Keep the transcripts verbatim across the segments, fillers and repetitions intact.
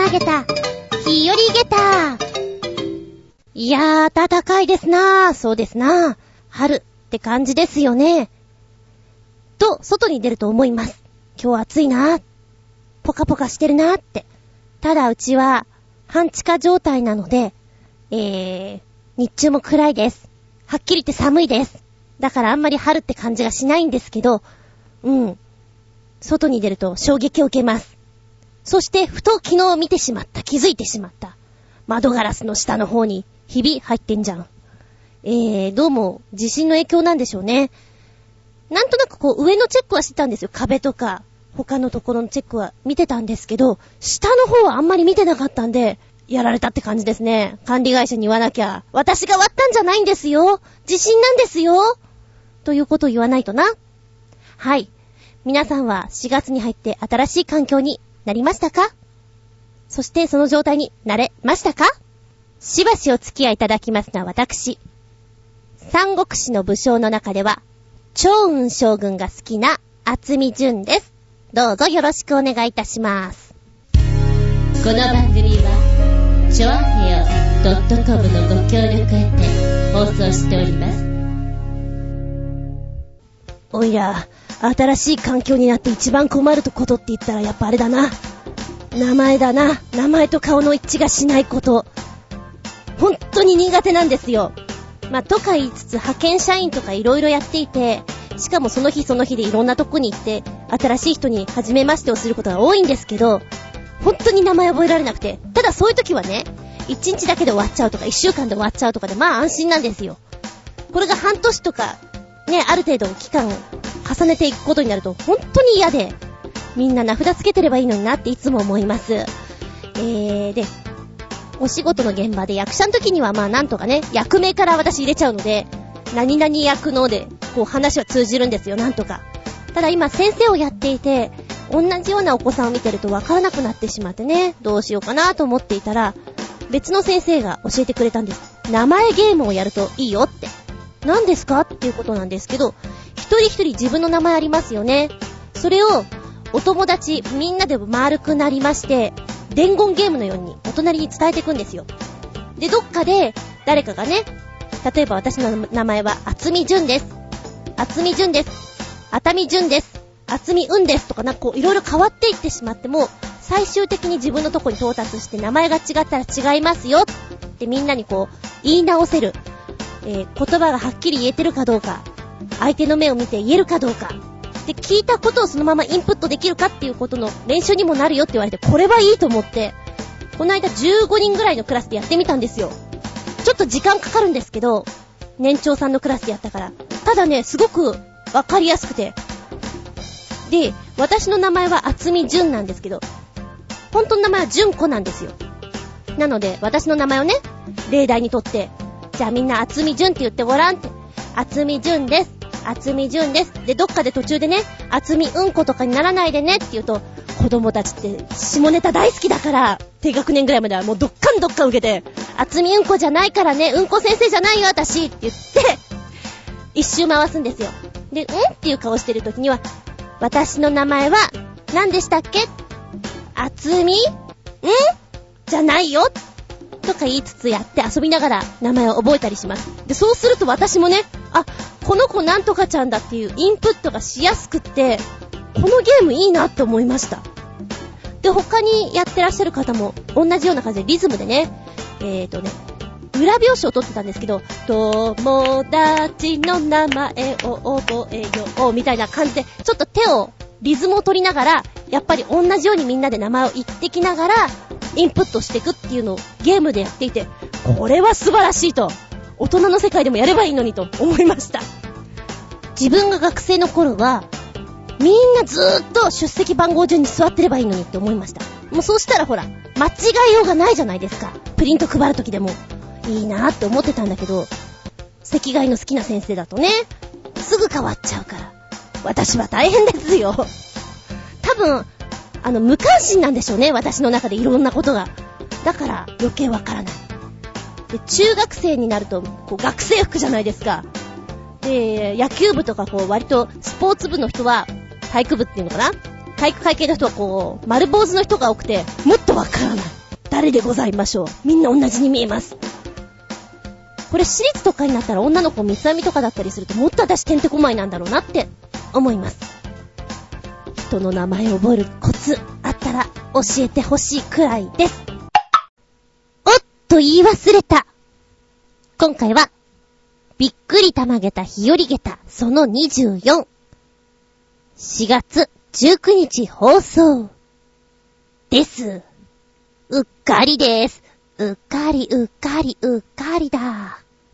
りげた、日和げた。いやー、暖かいですなー。そうですなー。春って感じですよね。と、外に出ると思います。今日暑いなー。ポカポカしてるなーって。ただうちは、半地下状態なので、えー、日中も暗いです。はっきり言って寒いです。だからあんまり春って感じがしないんですけど、うん。外に出ると衝撃を受けます。そして、ふと昨日見てしまった、気づいてしまった。窓ガラスの下の方に、ひび入ってんじゃん。えー、どうも、地震の影響なんでしょうね。なんとなくこう、上のチェックはしてたんですよ。壁とか、他のところのチェックは見てたんですけど、下の方はあんまり見てなかったんで、やられたって感じですね。管理会社に言わなきゃ、私が割ったんじゃないんですよ。地震なんですよ。ということを言わないとな。はい。皆さんはしがつに入って新しい環境になりましたか？そしてその状態になれましたか？しばしお付き合いいただきますのは私。三国志の武将の中では、趙雲将軍が好きな渥美純です。どうぞよろしくお願いいたします。 この番組は、チョアヘオ .com のご協力へて放送しております。 おいら、新しい環境になって一番困ることって言ったらやっぱあれだな。名前だな。名前と顔の一致がしないこと。本当に苦手なんですよ。まあ、とか言いつつ派遣社員とかいろいろやっていて、しかもその日その日でいろんなとこに行って新しい人に初めましてをすることが多いんですけど、本当に名前覚えられなくて、ただそういう時はね、一日だけで終わっちゃうとか一週間で終わっちゃうとかでまあ安心なんですよ。これが半年とかね、ある程度期間を重ねていくことになると本当に嫌で、みんな名札つけてればいいのになっていつも思います。えー、でお仕事の現場で役者の時にはまあなんとかね、役名から私入れちゃうので、何々役のでこう話は通じるんですよ、なんとか。ただ今先生をやっていて、同じようなお子さんを見てるとわからなくなってしまってね、どうしようかなと思っていたら、別の先生が教えてくれたんです。名前ゲームをやるといいよって。何ですかっていうことなんですけど、一人一人自分の名前ありますよね。それをお友達みんなで丸くなりまして、伝言ゲームのようにお隣に伝えていくんですよ。で、どっかで誰かがね、例えば私の名前は渥美純です。渥美純です。熱海純です。渥美うんですとかなんかこういろいろ変わっていってしまっても、最終的に自分のとこに到達して名前が違ったら違いますよってみんなにこう言い直せる、えー、言葉がはっきり言えてるかどうか、相手の目を見て言えるかどうかで、聞いたことをそのままインプットできるかっていうことの練習にもなるよって言われて、これはいいと思って、この間じゅうごにんぐらいのクラスでやってみたんですよ。ちょっと時間かかるんですけど、年長さんのクラスでやったから。ただね、すごくわかりやすくて。で、私の名前は渥美純なんですけど、本当の名前は純子なんですよ。なので、私の名前をね、例題にとって、じゃあみんな渥美純って言ってごらんって。渥美純です。渥美純です。で、どっかで途中でね、渥美うんことかにならないでねって言うと、子供たちって下ネタ大好きだから、低学年ぐらいまではもうどっかんどっかん受けて、渥美うんこじゃないからね、うんこ先生じゃないよ私って言って、一周回すんですよ。で、んっていう顔してる時には、私の名前は何でしたっけ？渥美？ん？じゃないよとか言いつつやって遊びながら名前を覚えたりします。で、そうすると私もね、あ、この子なんとかちゃんだっていうインプットがしやすくって、このゲームいいなって思いました。で、他にやってらっしゃる方も同じような感じでリズムでね、えーとね、裏表紙を取ってたんですけど、友達の名前を覚えようみたいな感じで、ちょっと手をリズムを取りながら、やっぱり同じようにみんなで名前を言ってきながらインプットしていくっていうのをゲームでやっていて、これは素晴らしいと、大人の世界でもやればいいのにと思いました。自分が学生の頃はみんなずーっと出席番号順に座ってればいいのにって思いました。もうそうしたらほら間違いようがないじゃないですか。プリント配る時でもいいなーって思ってたんだけど、席替えの好きな先生だとね、すぐ変わっちゃうから私は大変ですよ。多分あの無関心なんでしょうね、私の中でいろんなことが。だから余計わからない。で、中学生になるとこう学生服じゃないですか。で、野球部とかこう割とスポーツ部の人は、体育部っていうのかな、体育会系の人はこう丸坊主の人が多くて、もっとわからない。 誰でございましょう。みんな同じに見えます。これ私立とかになったら女の子三つ編みとかだったりするともっと私てんてこまいなんだろうなって思います。人の名前を覚えるコツあったら教えてほしいくらいです。おっと言い忘れた。今回はびっくりたまげた日和げたそのにじゅうよん。しがつじゅうくにち放送です。うっかりです。うっかりうっかりうっかりだ。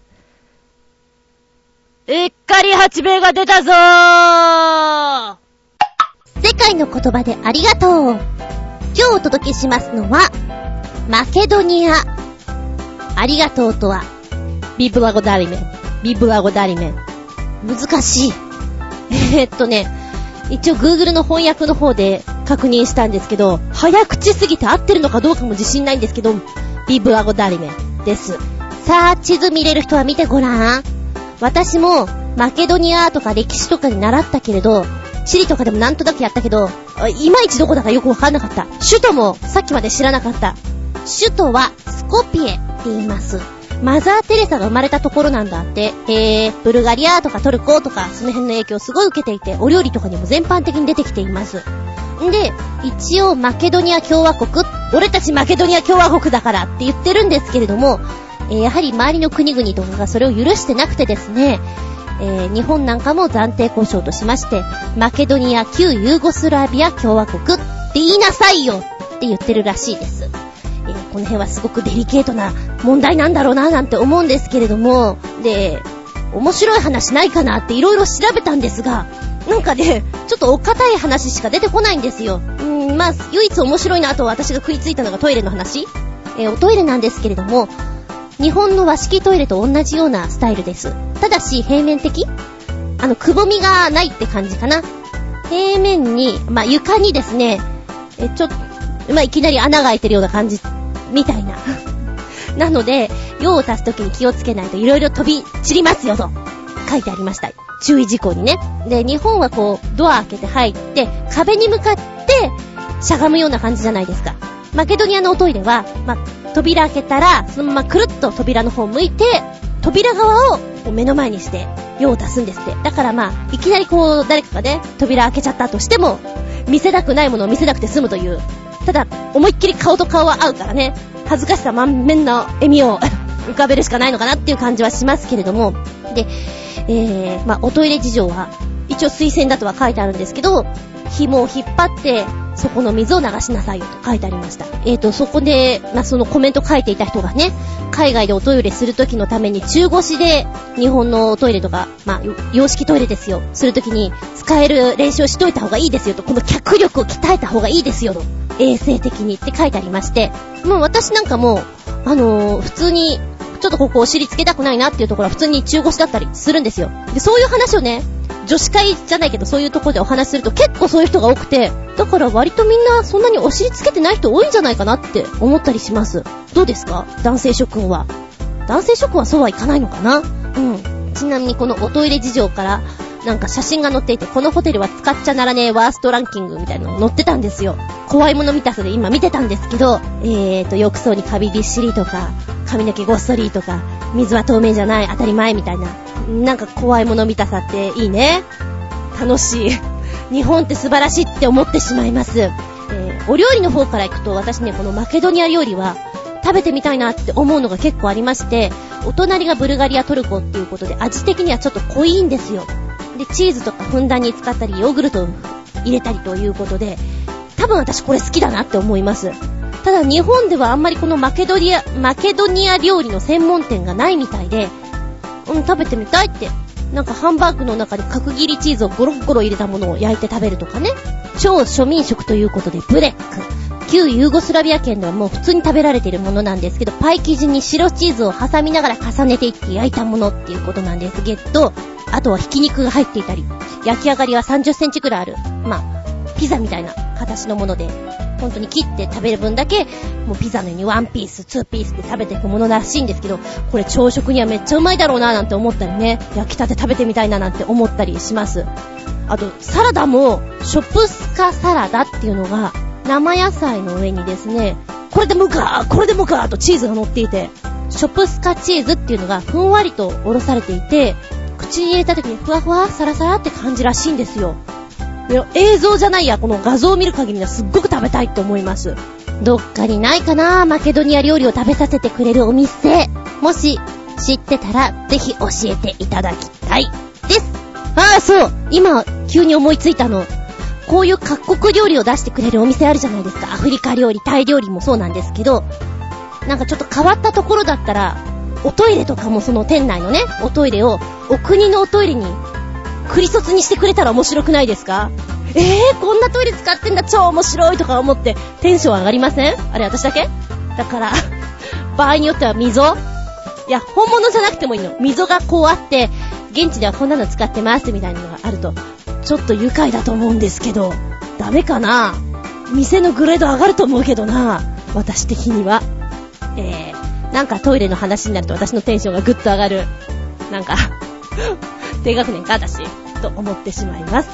うっかり八兵衛が出たぞー。世界の言葉でありがとう。今日お届けしますのはマケドニア。ありがとうとはビブラゴダリメンビブラゴダリメン難しい。えー、っとね一応 Google の翻訳の方で確認したんですけど、早口すぎて合ってるのかどうかも自信ないんですけど、ビブラゴダリメンです。さあ地図見れる人は見てごらん。私もマケドニアとか歴史とかで習ったけれど、地理とかでもなんとなくやったけど、いまいちどこだかよくわかんなかった。首都もさっきまで知らなかった。首都はスコピエって言います。マザー・テレサが生まれたところなんだって。えー、ブルガリアとかトルコとかその辺の影響をすごい受けていて、お料理とかにも全般的に出てきています。で、一応マケドニア共和国、俺たちマケドニア共和国だからって言ってるんですけれども、えー、やはり周りの国々とかがそれを許してなくてですね、えー、日本なんかも暫定交渉としまして、マケドニア旧ユーゴスラビア共和国って言いなさいよって言ってるらしいです。えー、この辺はすごくデリケートな問題なんだろうななんて思うんですけれども、で、面白い話ないかなっていろいろ調べたんですが、なんかね、ちょっとお堅い話しか出てこないんですよ。うーん、まあ、唯一面白いなと私が食いついたのがトイレの話。えー、おトイレなんですけれども、日本の和式トイレと同じようなスタイルです。ただし平面的、あのくぼみがないって感じかな。平面に、まあ、床にですね、えちょっと、まあ、いきなり穴が開いてるような感じみたいななので用を足すときに気をつけないといろいろ飛び散りますよと書いてありました。注意事項にね。で、日本はこうドア開けて入って壁に向かってしゃがむような感じじゃないですか。マケドニアのおトイレは、まあ、扉開けたらそのままくるっと扉の方を向いて扉側を目の前にして用を足すんですって。だからまあいきなりこう誰かがね扉開けちゃったとしても見せたくないものを見せなくて済むという。ただ思いっきり顔と顔は合うからね、恥ずかしさ満面の笑みを浮かべるしかないのかなっていう感じはしますけれども、で、えー、まあおトイレ事情は一応推薦だとは書いてあるんですけど、紐を引っ張ってそこの水を流しなさいよと書いてありました。えーとそこで、まあ、そのコメント書いていた人がね、海外でおトイレするときのために中腰で日本のおトイレとか、まあ洋式トイレですよ、するときに使える練習をしといた方がいいですよと、この脚力を鍛えた方がいいですよと、衛生的にって書いてありまして、もう私なんかもあのー、普通にちょっとここお尻つけたくないなっていうところは普通に中腰だったりするんですよ。で、そういう話をね、女子会じゃないけどそういうところでお話しすると結構そういう人が多くて、だから割とみんなそんなにお尻つけてない人多いんじゃないかなって思ったりします。どうですか、男性諸君は。男性諸君はそうはいかないのかな。うん。ちなみにこのおトイレ事情からなんか写真が載っていて、このホテルは使っちゃならねえワーストランキングみたいなの載ってたんですよ。怖いもの見たさで今見てたんですけど、えーと浴槽にカビびっしりとか髪の毛ごっそりとか水は透明じゃない当たり前みたいな、なんか怖いもの見たさっていいね、楽しい日本って素晴らしいって思ってしまいます。えー、お料理の方からいくと、私ねこのマケドニア料理は食べてみたいなって思うのが結構ありまして、お隣がブルガリアトルコっていうことで味的にはちょっと濃いんですよ。でチーズとかふんだんに使ったりヨーグルトを入れたりということで、多分私これ好きだなって思います。ただ日本ではあんまりこのマケドニアマケドニア料理の専門店がないみたいで、うん食べてみたいって、なんかハンバーグの中に角切りチーズをゴロゴロ入れたものを焼いて食べるとかね、超庶民食ということでブレック、旧ユーゴスラビア圏ではもう普通に食べられているものなんですけど、パイ生地に白チーズを挟みながら重ねていって焼いたものっていうことなんですけど、あとはひき肉が入っていたり、焼き上がりはさんじゅっセンチくらいある、まあピザみたいな形のもので、本当に切って食べる分だけもうピザのようにワンピースツーピースで食べていくものらしいんですけど、これ朝食にはめっちゃうまいだろうななんて思ったりね、焼きたて食べてみたいななんて思ったりします。あとサラダもショップスカサラダっていうのが生野菜の上にですねこれでもかこれでもかとチーズが乗っていて、ショプスカチーズっていうのがふんわりとおろされていて、口に入れた時にふわふわサラサラって感じらしいんですよ。映像じゃないや、この画像を見る限りはすっごく食べたいと思います。どっかにないかな、マケドニア料理を食べさせてくれるお店。もし知ってたらぜひ教えていただきたいです。ああ、そう、今急に思いついたの。こういう各国料理を出してくれるお店あるじゃないですか。アフリカ料理、タイ料理もそうなんですけど、なんかちょっと変わったところだったら、おトイレとかもその店内のね、おトイレをお国のおトイレにクリソツにしてくれたら面白くないですか？えー、こんなトイレ使ってんだ、超面白いとか思ってテンション上がりません？あれ私だけ？だから場合によっては溝、いや本物じゃなくてもいいの、溝がこうあって現地ではこんなの使ってますみたいなのがあるとちょっと愉快だと思うんですけど、ダメかな？店のグレード上がると思うけどな、私的には。えー、なんかトイレの話になると私のテンションがぐっと上がる、なんか低学年か私と思ってしまいます。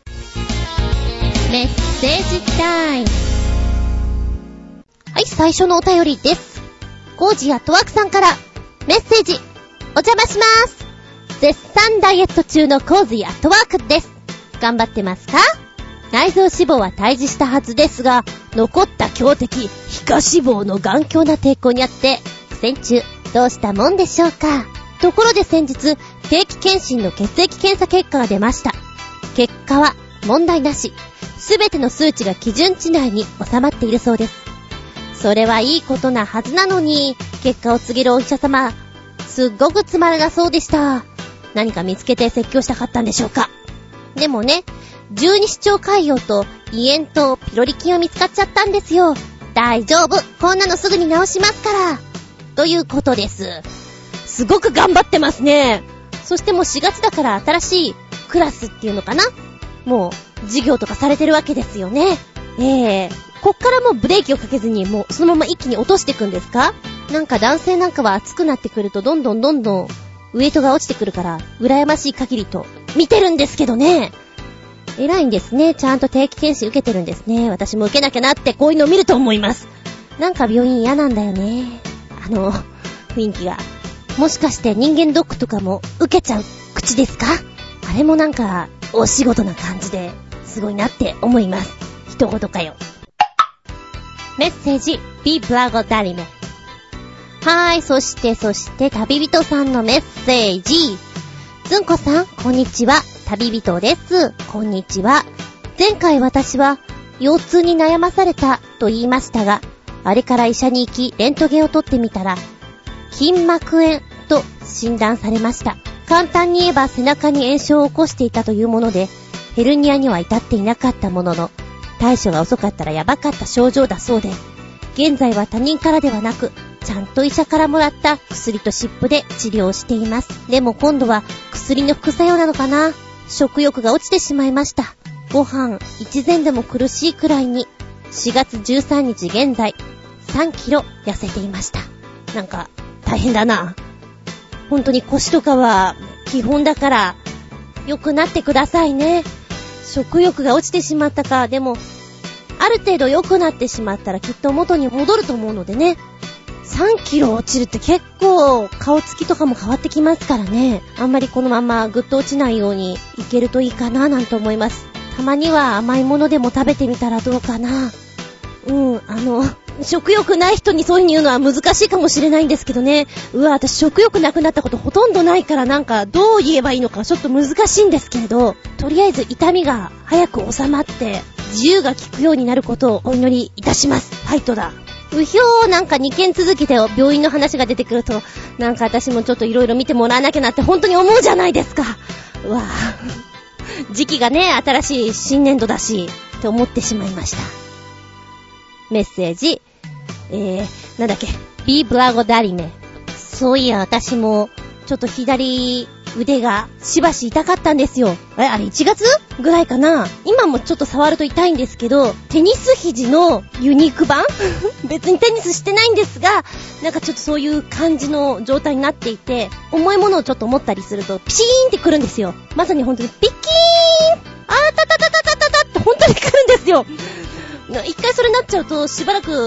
メッセージタイム。 はい、最初のお便りです。コージアットワークさんからメッセージお邪魔します。絶賛ダイエット中のコージアットワークです。頑張ってますか？内臓脂肪は退治したはずですが、残った強敵皮下脂肪の頑強な抵抗にあって苦戦中。どうしたもんでしょうか。ところで先日定期検診の血液検査結果が出ました。結果は問題なし、すべての数値が基準値内に収まっているそうです。それはいいことなはずなのに、結果を告げるお医者様すっごくつまらなそうでした。何か見つけて説教したかったんでしょうか。でもね、十二指腸潰瘍と胃炎とピロリ菌は見つかっちゃったんですよ。大丈夫、こんなのすぐに治しますからということです。すごく頑張ってますね。そしてもうしがつだから新しいクラスっていうのかな、もう授業とかされてるわけですよね。えー、こっからもうブレーキをかけずにもうそのまま一気に落としていくんですか？なんか男性なんかは熱くなってくるとどんどんどんどんウエイトが落ちてくるから羨ましい限りと見てるんですけどね。偉いんですね。ちゃんと定期検診受けてるんですね。私も受けなきゃなってこういうのを見ると思います。なんか病院嫌なんだよね、あの雰囲気が。もしかして人間ドックとかも受けちゃう口ですか？あれもなんかお仕事な感じですごいなって思います。一言かよ。メッセージビブラゴダリメ。はーい、そしてそして旅人さんのメッセージ。ずんこさん、こんにちは。旅人です。こんにちは。前回私は腰痛に悩まされたと言いましたが、あれから医者に行きレントゲンを取ってみたら筋膜炎と診断されました。簡単に言えば背中に炎症を起こしていたというもので、ヘルニアには至っていなかったものの、対処が遅かったらやばかった症状だそうで、現在は他人からではなくちゃんと医者からもらった薬と湿布で治療をしています。でも今度は薬の副作用なのかな、食欲が落ちてしまいました。ご飯一膳でも苦しいくらいに。しがつじゅうさんにち現在さんキロ痩せていました。なんか大変だな。本当に腰とかは基本だから良くなってくださいね。食欲が落ちてしまったか、でもある程度良くなってしまったらきっと元に戻ると思うのでね。さんキロ落ちるって結構顔つきとかも変わってきますからね。あんまりこのままぐっと落ちないようにいけるといいかななんて思います。たまには甘いものでも食べてみたらどうかな。うん、あの食欲ない人にそういう風に言うのは難しいかもしれないんですけどね。うわ、私食欲なくなったことほとんどないから、なんかどう言えばいいのかちょっと難しいんですけれど、とりあえず痛みが早く収まって自由が利くようになることをお祈りいたします。ファイトだ。うひょー、なんかにけん続きで病院の話が出てくると、なんか私もちょっといろいろ見てもらわなきゃなって本当に思うじゃないですか。うわぁ、時期がね、新しい新年度だしって思ってしまいました。メッセージ、えー、なんだっけ、ビブラゴダリメ。そういや、私もちょっと左腕がしばし痛かったんですよ。え、あれいちがつぐらいかな。今もちょっと触ると痛いんですけど、テニス肘のユニーク版別にテニスしてないんですが、なんかちょっとそういう感じの状態になっていて、重いものをちょっと持ったりするとピシーンってくるんですよ。まさに本当にピッキーン、あーたたたたたたたって本当にくるんですよ。一回それになっちゃうとしばらく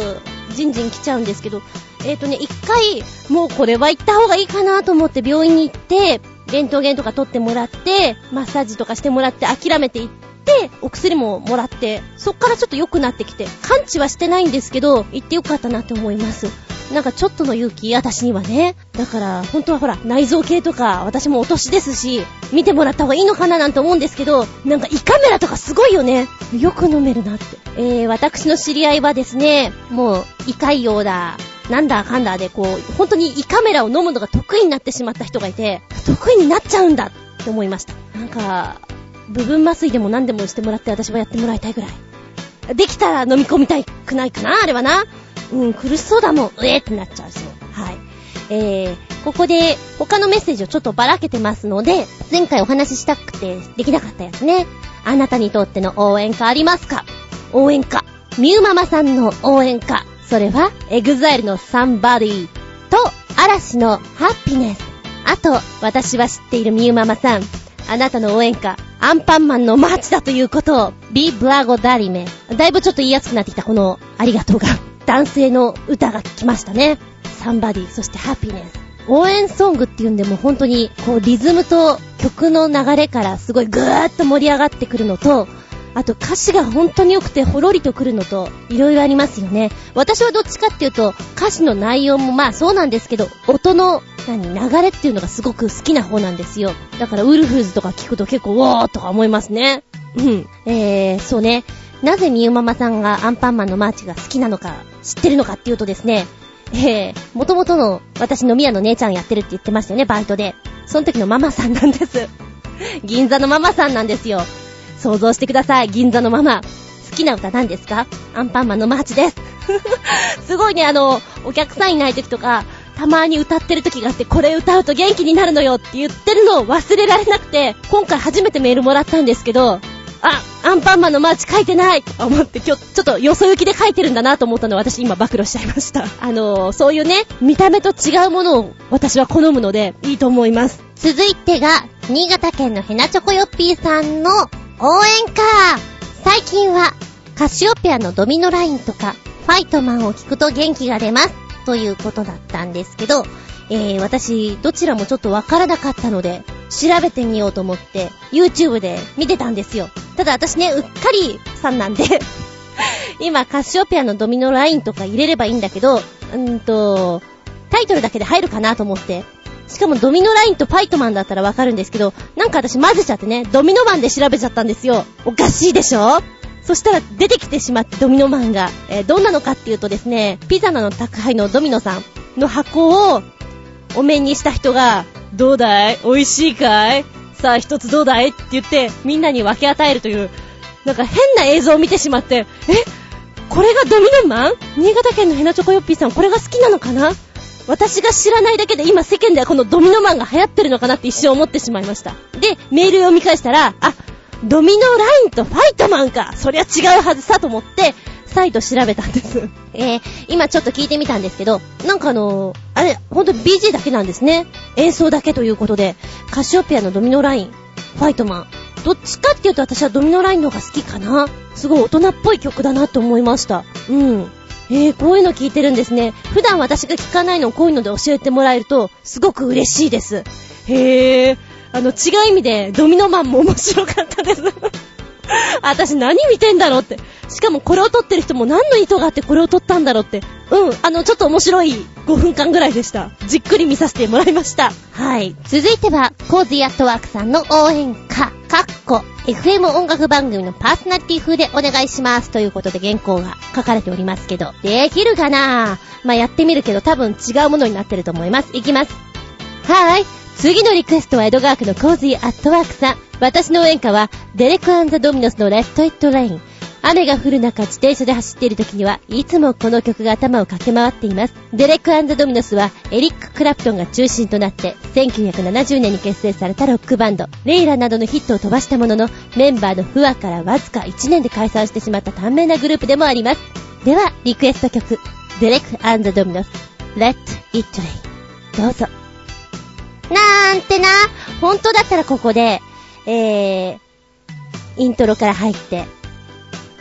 じんじん来ちゃうんですけど、えっとね、一回、もうこれは行った方がいいかなと思って病院に行って、レントゲンとか取ってもらって、マッサージとかしてもらって諦めて行って、お薬ももらって、そっからちょっと良くなってきて、完治はしてないんですけど、行ってよかったなって思います。なんかちょっとの勇気、私にはね。だから、本当はほら、内臓系とか、私もお年ですし、見てもらった方がいいのかななんて思うんですけど、なんか胃カメラとかすごいよね。よく飲めるなって。えー、私の知り合いはですね、もう、胃潰瘍だ、なんだかんだで、こう、本当に胃カメラを飲むのが得意になってしまった人がいて、得意になっちゃうんだって思いました。なんか、部分麻酔でも何でもしてもらって私はやってもらいたいぐらい。できたら飲み込みたいくないかな、あれはな。うん、苦しそうだもん。うえーってなっちゃうそう。はい。えー、ここで他のメッセージをちょっとばらけてますので、前回お話ししたくてできなかったやつね。あなたにとっての応援歌ありますか？応援歌。ミューママさんの応援歌。それは、エグザイルのサンバディと、嵐のハッピネス。あと、私は知っているミューママさん。あなたの応援歌、アンパンマンのマーチだということを、ビブラゴダリメ。だいぶちょっと言いやすくなってきたこの、ありがとうが。男性の歌が来ましたね。サンバディ、そしてハッピネス。応援ソングっていうんでも本当に、こう、リズムと曲の流れからすごいぐーっと盛り上がってくるのと、あと歌詞が本当に良くてほろりとくるのといろいろありますよね。私はどっちかっていうと歌詞の内容もまあそうなんですけど、音の何流れっていうのがすごく好きな方なんですよ。だからウルフルズとか聞くと結構ウォーとか思いますね。うん。えー、そうね。なぜみゆママさんがアンパンマンのマーチが好きなのか知ってるのかっていうとですね、えー、元々の私飲み屋の姉ちゃんやってるって言ってましたよね、バイトで。その時のママさんなんです。銀座のママさんなんですよ。想像してください、銀座のママ。好きな歌何ですか？アンパンマンのマーチです。すごいね、あの、お客さんいない時とか、たまに歌ってる時があって、これ歌うと元気になるのよって言ってるのを忘れられなくて、今回初めてメールもらったんですけど、あ、アンパンマンのマーチ書いてないと思って、今日ちょっとよそ行きで書いてるんだなと思ったのを私今暴露しちゃいました。あの、そういうね、見た目と違うものを私は好むのでいいと思います。続いてが、新潟県のヘナチョコヨッピーさんの応援歌。最近はカシオペアのドミノラインとかファイトマンを聞くと元気が出ますということだったんですけど、えー、私どちらもちょっとわからなかったので調べてみようと思って YouTube で見てたんですよ。ただ私ね、うっかりさんなんで今カシオペアのドミノラインとか入れればいいんだけど、うんとタイトルだけで入るかなと思って、しかもドミノラインとファイトマンだったらわかるんですけど、なんか私混ぜちゃってね、ドミノマンで調べちゃったんですよ。おかしいでしょ？そしたら出てきてしまってドミノマンが、えー、どんなのかっていうとですね、ピザの宅配のドミノさんの箱をお面にした人が、どうだい？美味しいかい？さあ一つどうだい？って言ってみんなに分け与えるという、なんか変な映像を見てしまって、え？これがドミノマン？新潟県のヘナチョコヨッピーさん、これが好きなのかな？私が知らないだけで今世間ではこのドミノマンが流行ってるのかなって一瞬思ってしまいました。で、メール読み返したら、あ、ドミノラインとファイトマンか、そりゃ違うはずさと思って再度調べたんです。えー、今ちょっと聞いてみたんですけど、なんかあのー、あれほんと ビージー だけなんですね。演奏だけということで、カシオペアのドミノライン、ファイトマン、どっちかっていうと私はドミノラインの方が好きかな。すごい大人っぽい曲だなと思いました。うん。えー、こういうの聞いてるんですね。普段私が聞かないのをこういうので教えてもらえるとすごく嬉しいです。へー、あの違う意味でドミノマンも面白かったです。私何見てんだろうって。しかもこれを撮ってる人も何の意図があってこれを撮ったんだろうって。うん、あのちょっと面白いごふんかんぐらいでした。じっくり見させてもらいました。はい。続いてはコーズイアットワークさんの応援歌、かっこ エフエム 音楽番組のパーソナリティ風でお願いしますということで原稿が書かれておりますけど、できるかな？まあ、やってみるけど多分違うものになってると思います。いきます。はい。次のリクエストは江戸川区のコーズイアットワークさん。私の応援歌はデレク&ザ・ドミノスのレッド・イット・レイン。雨が降る中自転車で走っている時にはいつもこの曲が頭を駆け回っています。デレク&ザ・ドミノスはエリック・クラプトンが中心となってせんきゅうひゃくななじゅうねんに結成されたロックバンド。レイラなどのヒットを飛ばしたもののメンバーの不和からわずかいちねんで解散してしまった短命なグループでもあります。ではリクエスト曲デレク&ザ・ドミノスレッド・イット・レイン、どうぞ。なんてな、本当だったらここでえーイントロから入って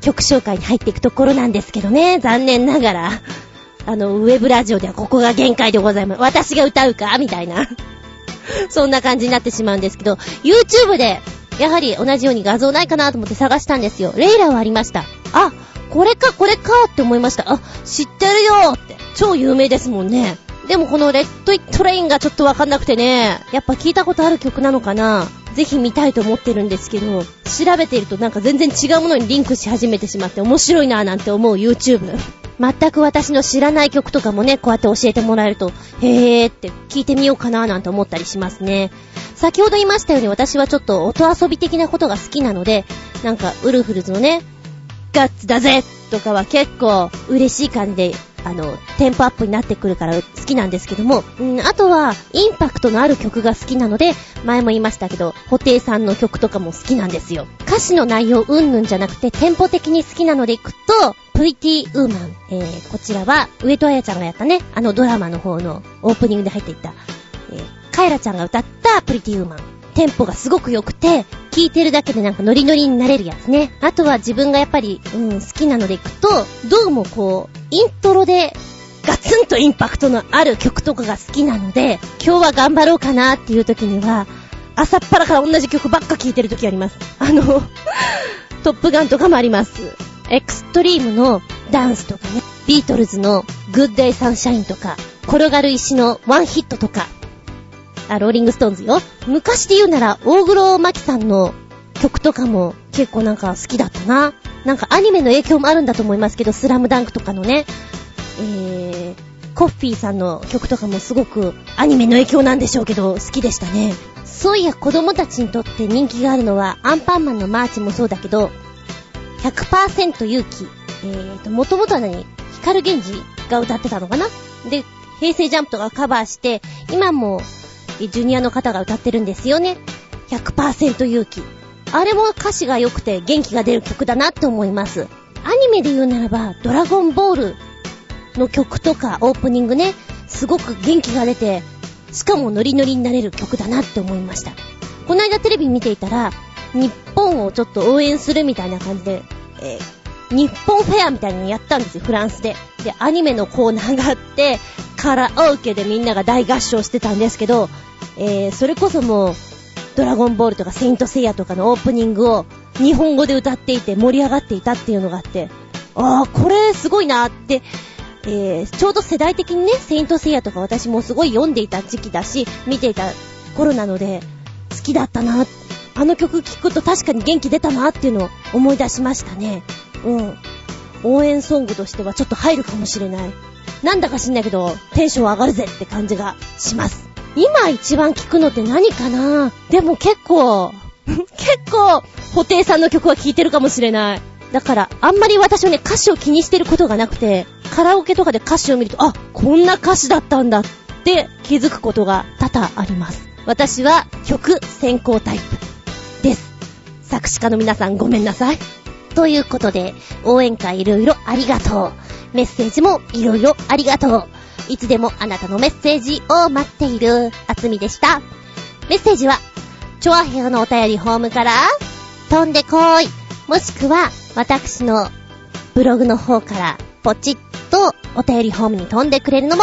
曲紹介に入っていくところなんですけどね、残念ながらあのウェブラジオではここが限界でございます。私が歌うかみたいなそんな感じになってしまうんですけど、 YouTube でやはり同じように画像ないかなと思って探したんですよ。レイラはありました。あ、これかこれかって思いました。あ、知ってるよって、超有名ですもんね。でもこのレッドイットレインがちょっとわかんなくてね、やっぱ聞いたことある曲なのかな、ぜひ見たいと思ってるんですけど、調べているとなんか全然違うものにリンクし始めてしまって面白いなぁなんて思う YouTube。 全く私の知らない曲とかもね、こうやって教えてもらえるとへーって聞いてみようかなぁなんて思ったりしますね。先ほど言いましたように、私はちょっと音遊び的なことが好きなので、なんかウルフルズのね、ガッツだぜとかは結構嬉しい感じで、あのテンポアップになってくるから好きなんですけども、うん、あとはインパクトのある曲が好きなので、前も言いましたけど布袋さんの曲とかも好きなんですよ。歌詞の内容うんぬんじゃなくてテンポ的に好きなのでいくと、プリティウーマン、えー、こちらは上戸彩ちゃんがやったね、あのドラマの方のオープニングで入っていった、えー、カエラちゃんが歌ったプリティウーマン、テンポがすごく良くて、聴いてるだけでなんかノリノリになれるやつね。あとは自分がやっぱり、うん、好きなのでいくと、どうもこうイントロでガツンとインパクトのある曲とかが好きなので、今日は頑張ろうかなっていう時には朝っぱらから同じ曲ばっか聴いてる時あります。あのトップガンとかもあります。エクストリームのダンスとかね、ビートルズのグッデイサンシャインとか、転がる石のワンヒットとか、あ、ローリングストーンズよ。昔で言うなら大黒摩季さんの曲とかも結構なんか好きだったな。なんかアニメの影響もあるんだと思いますけど、スラムダンクとかのね、えー、コッフィーさんの曲とかもすごくアニメの影響なんでしょうけど好きでしたね。そういや子供たちにとって人気があるのはアンパンマンのマーチもそうだけど、 ひゃくパーセント 勇気、えーと元々は何、光源氏が歌ってたのかな。で平成ジャンプとかカバーして、今もジュニアの方が歌ってるんですよね。 ひゃくパーセント 勇気、あれも歌詞が良くて元気が出る曲だなって思います。アニメで言うならばドラゴンボールの曲とかオープニングね、すごく元気が出て、しかもノリノリになれる曲だなって思いました。この間テレビ見ていたら、日本をちょっと応援するみたいな感じで、えー、日本フェアみたいなのやったんですよ、フランスで。でアニメのコーナーがあって、カラオケでみんなが大合唱してたんですけど、えー、それこそもうドラゴンボールとかセイントセイヤとかのオープニングを日本語で歌っていて盛り上がっていたっていうのがあって、あーこれすごいなって、えー、ちょうど世代的にね、セイントセイヤとか私もすごい読んでいた時期だし、見ていた頃なので好きだったな。あの曲聴くと確かに元気出たなっていうのを思い出しましたね。うん、応援ソングとしてはちょっと入るかもしれない。なんだか知んないけどテンション上がるぜって感じがします。今一番聴くのって何かな。でも結構結構布袋さんの曲は聴いてるかもしれない。だからあんまり私はね、歌詞を気にしてることがなくて、カラオケとかで歌詞を見ると、あ、こんな歌詞だったんだって気づくことが多々あります。私は曲先行タイプです。作詞家の皆さんごめんなさい。ということで、応援会いろいろありがとう。メッセージもいろいろありがとう。いつでもあなたのメッセージを待っているあつみでした。メッセージはチョアヘヨのお便りホームから飛んでこーい、もしくは私のブログの方からポチッとお便りホームに飛んでくれるのも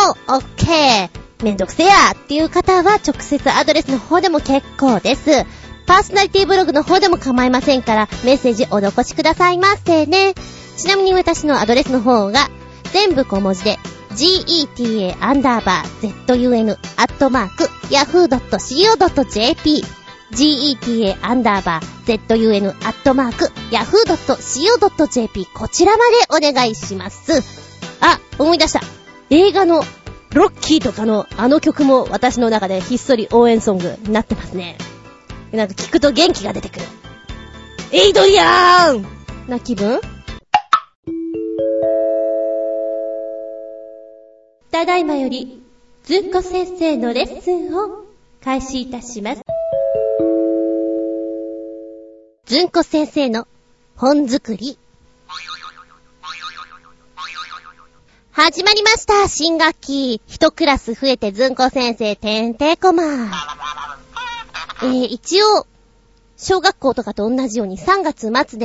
OK。 めんどくせやっていう方は直接アドレスの方でも結構です。パーソナリティブログの方でも構いませんから、メッセージお残しくださいませね。ちなみに私のアドレスの方が全部小文字で geta アンダーバー zun アットマーク yahoo.co.jp geta アンダーバー zun アットマーク yahoo.co.jp こちらまでお願いします。あ、思い出した。映画のロッキーとかのあの曲も私の中でひっそり応援ソングになってますね。なんか聞くと元気が出てくる。エイドリアンな気分。ただいまよりずんこ先生のレッスンを開始いたします。ずんこ先生の本作り始まりました。新学期一クラス増えてずんこ先生てんてこま。えー、一応小学校とかと同じようにさんがつ末で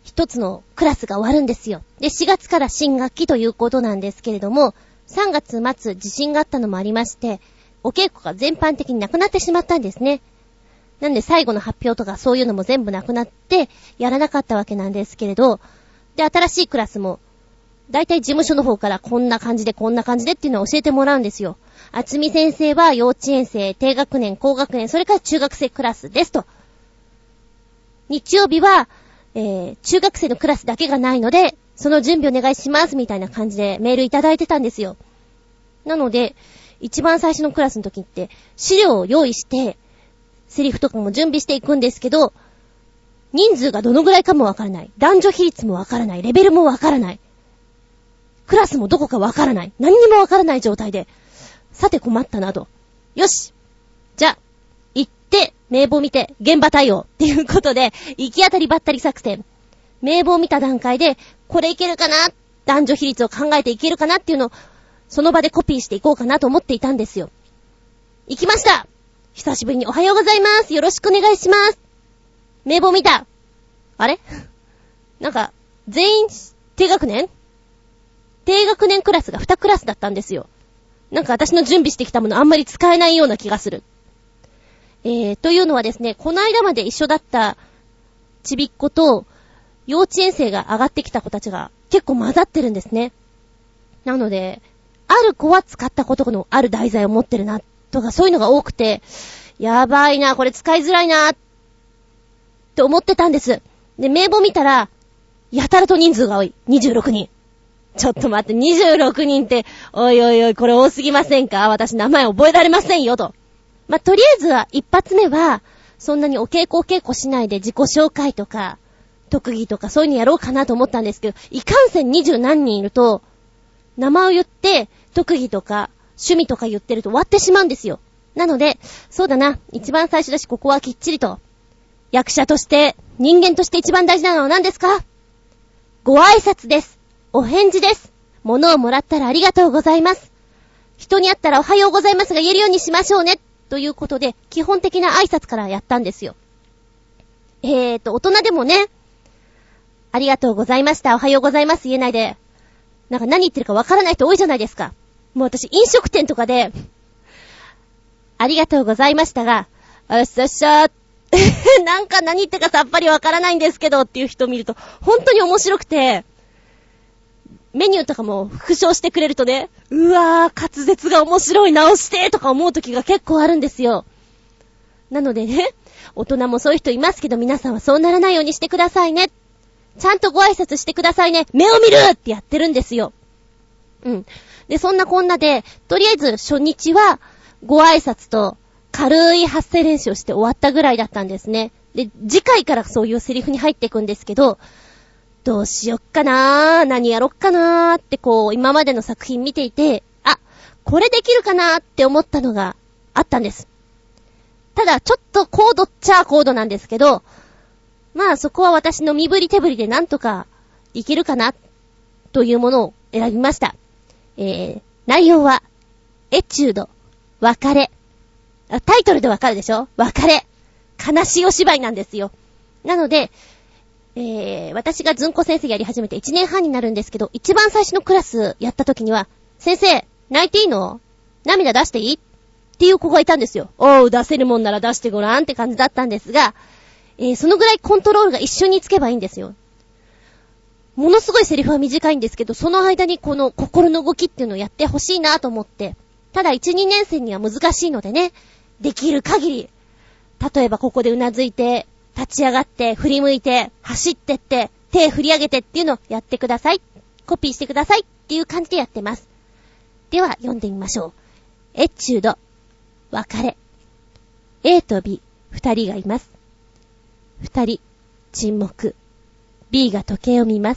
一つのクラスが終わるんですよ。で、しがつから新学期ということなんですけれども、さんがつ末地震があったのもありまして、お稽古が全般的になくなってしまったんですね。なんで最後の発表とかそういうのも全部なくなってやらなかったわけなんですけれど、で、新しいクラスもだいたい事務所の方からこんな感じでこんな感じでっていうのを教えてもらうんですよ。あつみ先生は幼稚園生、低学年、高学年、それから中学生クラスですと。日曜日は、えー、中学生のクラスだけがないので、その準備お願いしますみたいな感じでメールいただいてたんですよ。なので、一番最初のクラスの時って資料を用意して、セリフとかも準備していくんですけど、人数がどのぐらいかもわからない。男女比率もわからない。レベルもわからない。クラスもどこかわからない。何にもわからない状態で、さて困ったなと。よし、じゃあ、行って、名簿見て、現場対応っていうことで、行き当たりばったり作戦。名簿を見た段階で、これいけるかな、男女比率を考えていけるかなっていうのを、その場でコピーしていこうかなと思っていたんですよ。行きました。久しぶりにおはようございます。よろしくお願いします。名簿見た。あれなんか、全員、低学年低学年クラスがにクラスだったんですよ。なんか私の準備してきたものあんまり使えないような気がする。えー、というのはですね、この間まで一緒だったちびっ子と幼稚園生が上がってきた子たちが結構混ざってるんですね。なので、ある子は使ったことのある題材を持ってるな、とかそういうのが多くて、やばいな、これ使いづらいな、って思ってたんです。で、名簿見たら、やたらと人数が多い。にじゅうろくにん。ちょっと待って、にじゅうろくにんって、おいおいおい、これ多すぎませんか？私名前覚えられませんよ、と。まあ、とりあえずは、一発目は、そんなにお稽古お稽古しないで自己紹介とか、特技とかそういうのやろうかなと思ったんですけど、いかんせんにじゅう何人いると、名前を言って、特技とか、趣味とか言ってると終わってしまうんですよ。なので、そうだな、一番最初だし、ここはきっちりと、役者として、人間として一番大事なのは何ですか？ご挨拶です。お返事です。物をもらったらありがとうございます。人に会ったらおはようございますが言えるようにしましょうね。ということで、基本的な挨拶からやったんですよ。えーと、大人でもね、ありがとうございました、おはようございます言えないで、なんか何言ってるかわからない人多いじゃないですか。もう私、飲食店とかで、ありがとうございましたが、あっしゃっしゃー、なんか何言ってるかさっぱりわからないんですけどっていう人を見ると、本当に面白くて、メニューとかも復唱してくれるとね、うわー、滑舌が面白い、直してとか思う時が結構あるんですよ。なのでね、大人もそういう人いますけど、皆さんはそうならないようにしてくださいね。ちゃんとご挨拶してくださいね。目を見るってやってるんですよ。うん。で、そんなこんなで、とりあえず初日はご挨拶と軽い発声練習をして終わったぐらいだったんですね。で、次回からそういうセリフに入っていくんですけど、どうしよっかなー、何やろっかなーってこう、今までの作品見ていて、あ、これできるかなーって思ったのがあったんです。ただ、ちょっと高度っちゃ高度なんですけど、まあそこは私の身振り手振りでなんとかいけるかな、というものを選びました。えー、内容は、エチュード、別れ。タイトルでわかるでしょ？別れ。悲しいお芝居なんですよ。なので、えー、私がずんこ先生やり始めていちねんはんになるんですけど、一番最初のクラスやった時には、先生、泣いていいの？涙出していい？っていう子がいたんですよ。おう、出せるもんなら出してごらんって感じだったんですが、えー、そのぐらいコントロールが一緒につけばいいんですよ。ものすごいセリフは短いんですけど、その間にこの心の動きっていうのをやってほしいなと思って、ただいち、にねん生には難しいのでね、できる限り、例えばここでうなずいて、立ち上がって、振り向いて、走ってって、手振り上げてっていうのをやってください。コピーしてくださいっていう感じでやってます。では読んでみましょう。エチュード、別れ。A と B、二人がいます。二人、沈黙。B が時計を見ます。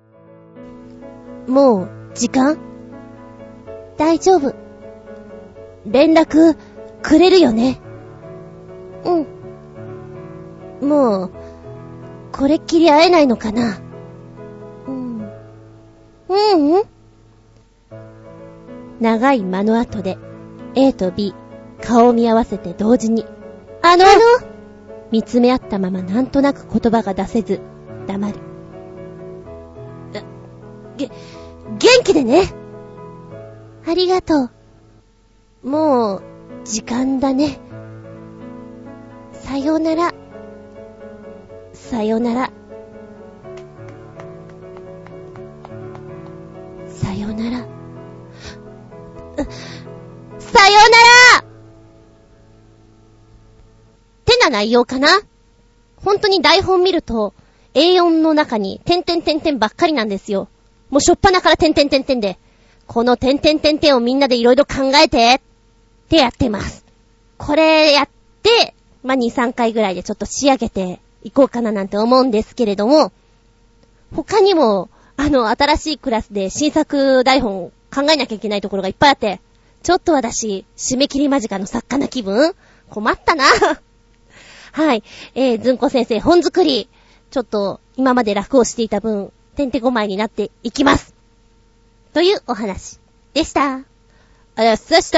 もう、時間？大丈夫。連絡、くれるよね。うん。もう、これっきり会えないのかな。うん。うんうん。長い間の後で、A と B、顔を見合わせて同時に、あのあの見つめ合ったままなんとなく言葉が出せず、黙る。 げ、元気でね。ありがとう。もう、時間だね。さようなら。さようなら。さようなら。さようならってな内容かな。本当に台本見ると エーよん の中に点々点々ばっかりなんですよ。もうしょっぱなから点々点々で、この点々点々をみんなでいろいろ考えてってやってます。これやってまあ、に、さんかいぐらいでちょっと仕上げていこうかななんて思うんですけれども、他にもあの新しいクラスで新作台本を考えなきゃいけないところがいっぱいあって、ちょっと私締め切り間近の作家な気分困ったなはい、えー、ずんこ先生本作りちょっと今まで楽をしていた分てんてこまいになっていきますというお話でした。ありがとうございました。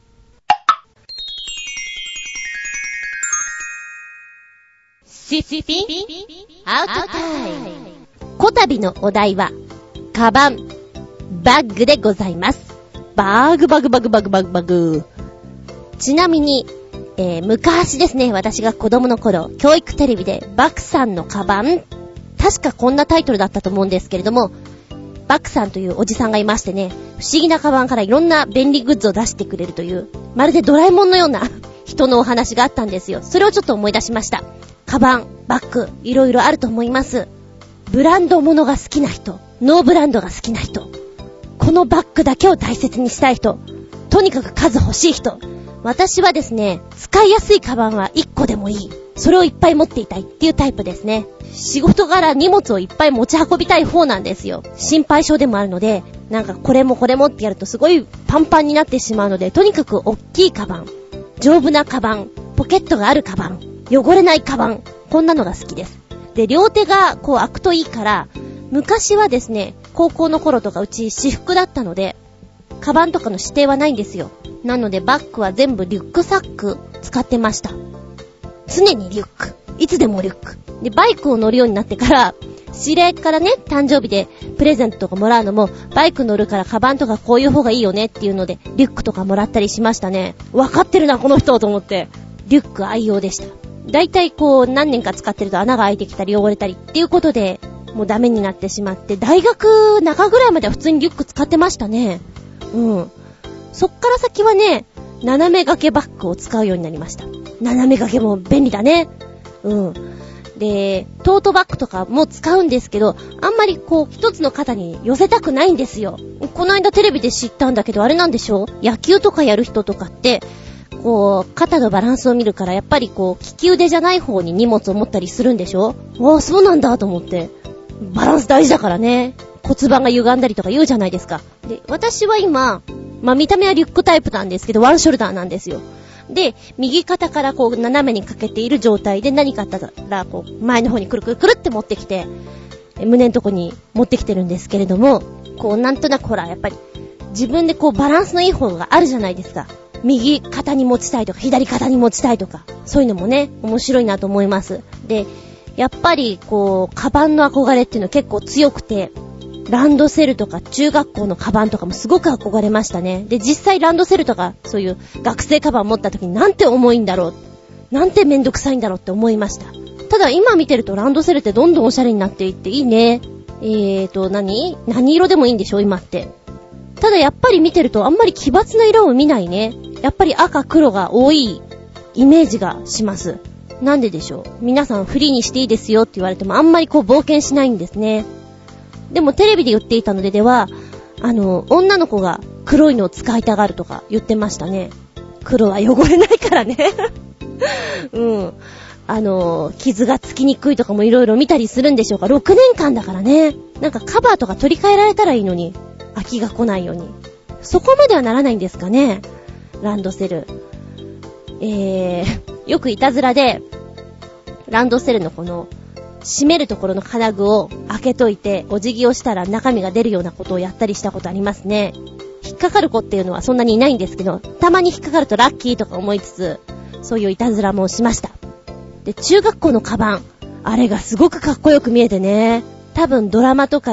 シッピンアウトタイム。こたびのお題はカバンバッグでございます。バーグバグバグバグバグバグ。ちなみに、えー、昔ですね、私が子供の頃教育テレビでバクさんのカバン、確かこんなタイトルだったと思うんですけれども、バクさんというおじさんがいましてね、不思議なカバンからいろんな便利グッズを出してくれるという、まるでドラえもんのような人のお話があったんですよ。それをちょっと思い出しました。カバン、バッグ、いろいろあると思います。ブランド物が好きな人、ノーブランドが好きな人、このバッグだけを大切にしたい人、とにかく数欲しい人。私はですね、使いやすいカバンはいっこでもいい。それをいっぱい持っていたいっていうタイプですね。仕事柄荷物をいっぱい持ち運びたい方なんですよ。心配性でもあるので、なんかこれもこれもってやるとすごいパンパンになってしまうので、とにかく大きいカバン、丈夫なカバン、ポケットがあるカバン、汚れないカバン、こんなのが好きです。で、両手がこう開くといいから、昔はですね、高校の頃とかうち私服だったので、カバンとかの指定はないんですよ。なのでバッグは全部リュックサック使ってました。常にリュック、いつでもリュックで、バイクを乗るようになってから、指令からね、誕生日でプレゼントとかもらうのも、バイク乗るからカバンとかこういう方がいいよねっていうので、リュックとかもらったりしましたね。わかってるなこの人と思って、リュック愛用でした。だいたいこう何年か使ってると穴が開いてきたり汚れたりっていうことでもうダメになってしまって、大学中ぐらいまでは普通にリュック使ってましたね。うん。そっから先はね、斜め掛けバッグを使うようになりました。斜め掛けも便利だね。うん。で、トートバッグとかも使うんですけど、あんまりこう一つの肩に寄せたくないんですよ。この間テレビで知ったんだけど、あれなんでしょう？野球とかやる人とかってこう肩のバランスを見るから、やっぱりこう利き腕じゃない方に荷物を持ったりするんでしょ。ああ、そうなんだと思って、バランス大事だからね。骨盤が歪んだりとか言うじゃないですか。で、私は今、まあ見た目はリュックタイプなんですけど、ワンショルダーなんですよ。で、右肩からこう斜めにかけている状態で、何かあったらこう前の方にくるくるくるって持ってきて、胸のとこに持ってきてるんですけれども、こうなんとなくほらやっぱり自分でこうバランスのいい方があるじゃないですか。右肩に持ちたいとか左肩に持ちたいとか、そういうのもね面白いなと思います。で、やっぱりこうカバンの憧れっていうの結構強くて、ランドセルとか中学校のカバンとかもすごく憧れましたね。で、実際ランドセルとかそういう学生カバン持った時になんて重いんだろう、なんてめんどくさいんだろうって思いました。ただ今見てるとランドセルってどんどんおしゃれになっていっていいね。えーと何何色でもいいんでしょ今って。ただやっぱり見てるとあんまり奇抜な色を見ないね。やっぱり赤黒が多いイメージがします。なんででしょう。皆さんフリーにしていいですよって言われてもあんまりこう冒険しないんですね。でもテレビで言っていたのででは、あの女の子が黒いのを使いたがるとか言ってましたね。黒は汚れないからねうん、あの傷がつきにくいとかもいろいろ見たりするんでしょうか。ろくねんかんだからね。なんかカバーとか取り替えられたらいいのに、飽きが来ないように。そこまではならないんですかね、ランドセル。えー、よくいたずらでランドセルのこの閉めるところの金具を開けといてお辞儀をしたら中身が出るようなことをやったりしたことありますね。引っかかる子っていうのはそんなにいないんですけど、たまに引っかかるとラッキーとか思いつつ、そういういたずらもしました。で、中学校のカバン、あれがすごくかっこよく見えてね、多分ドラマとかで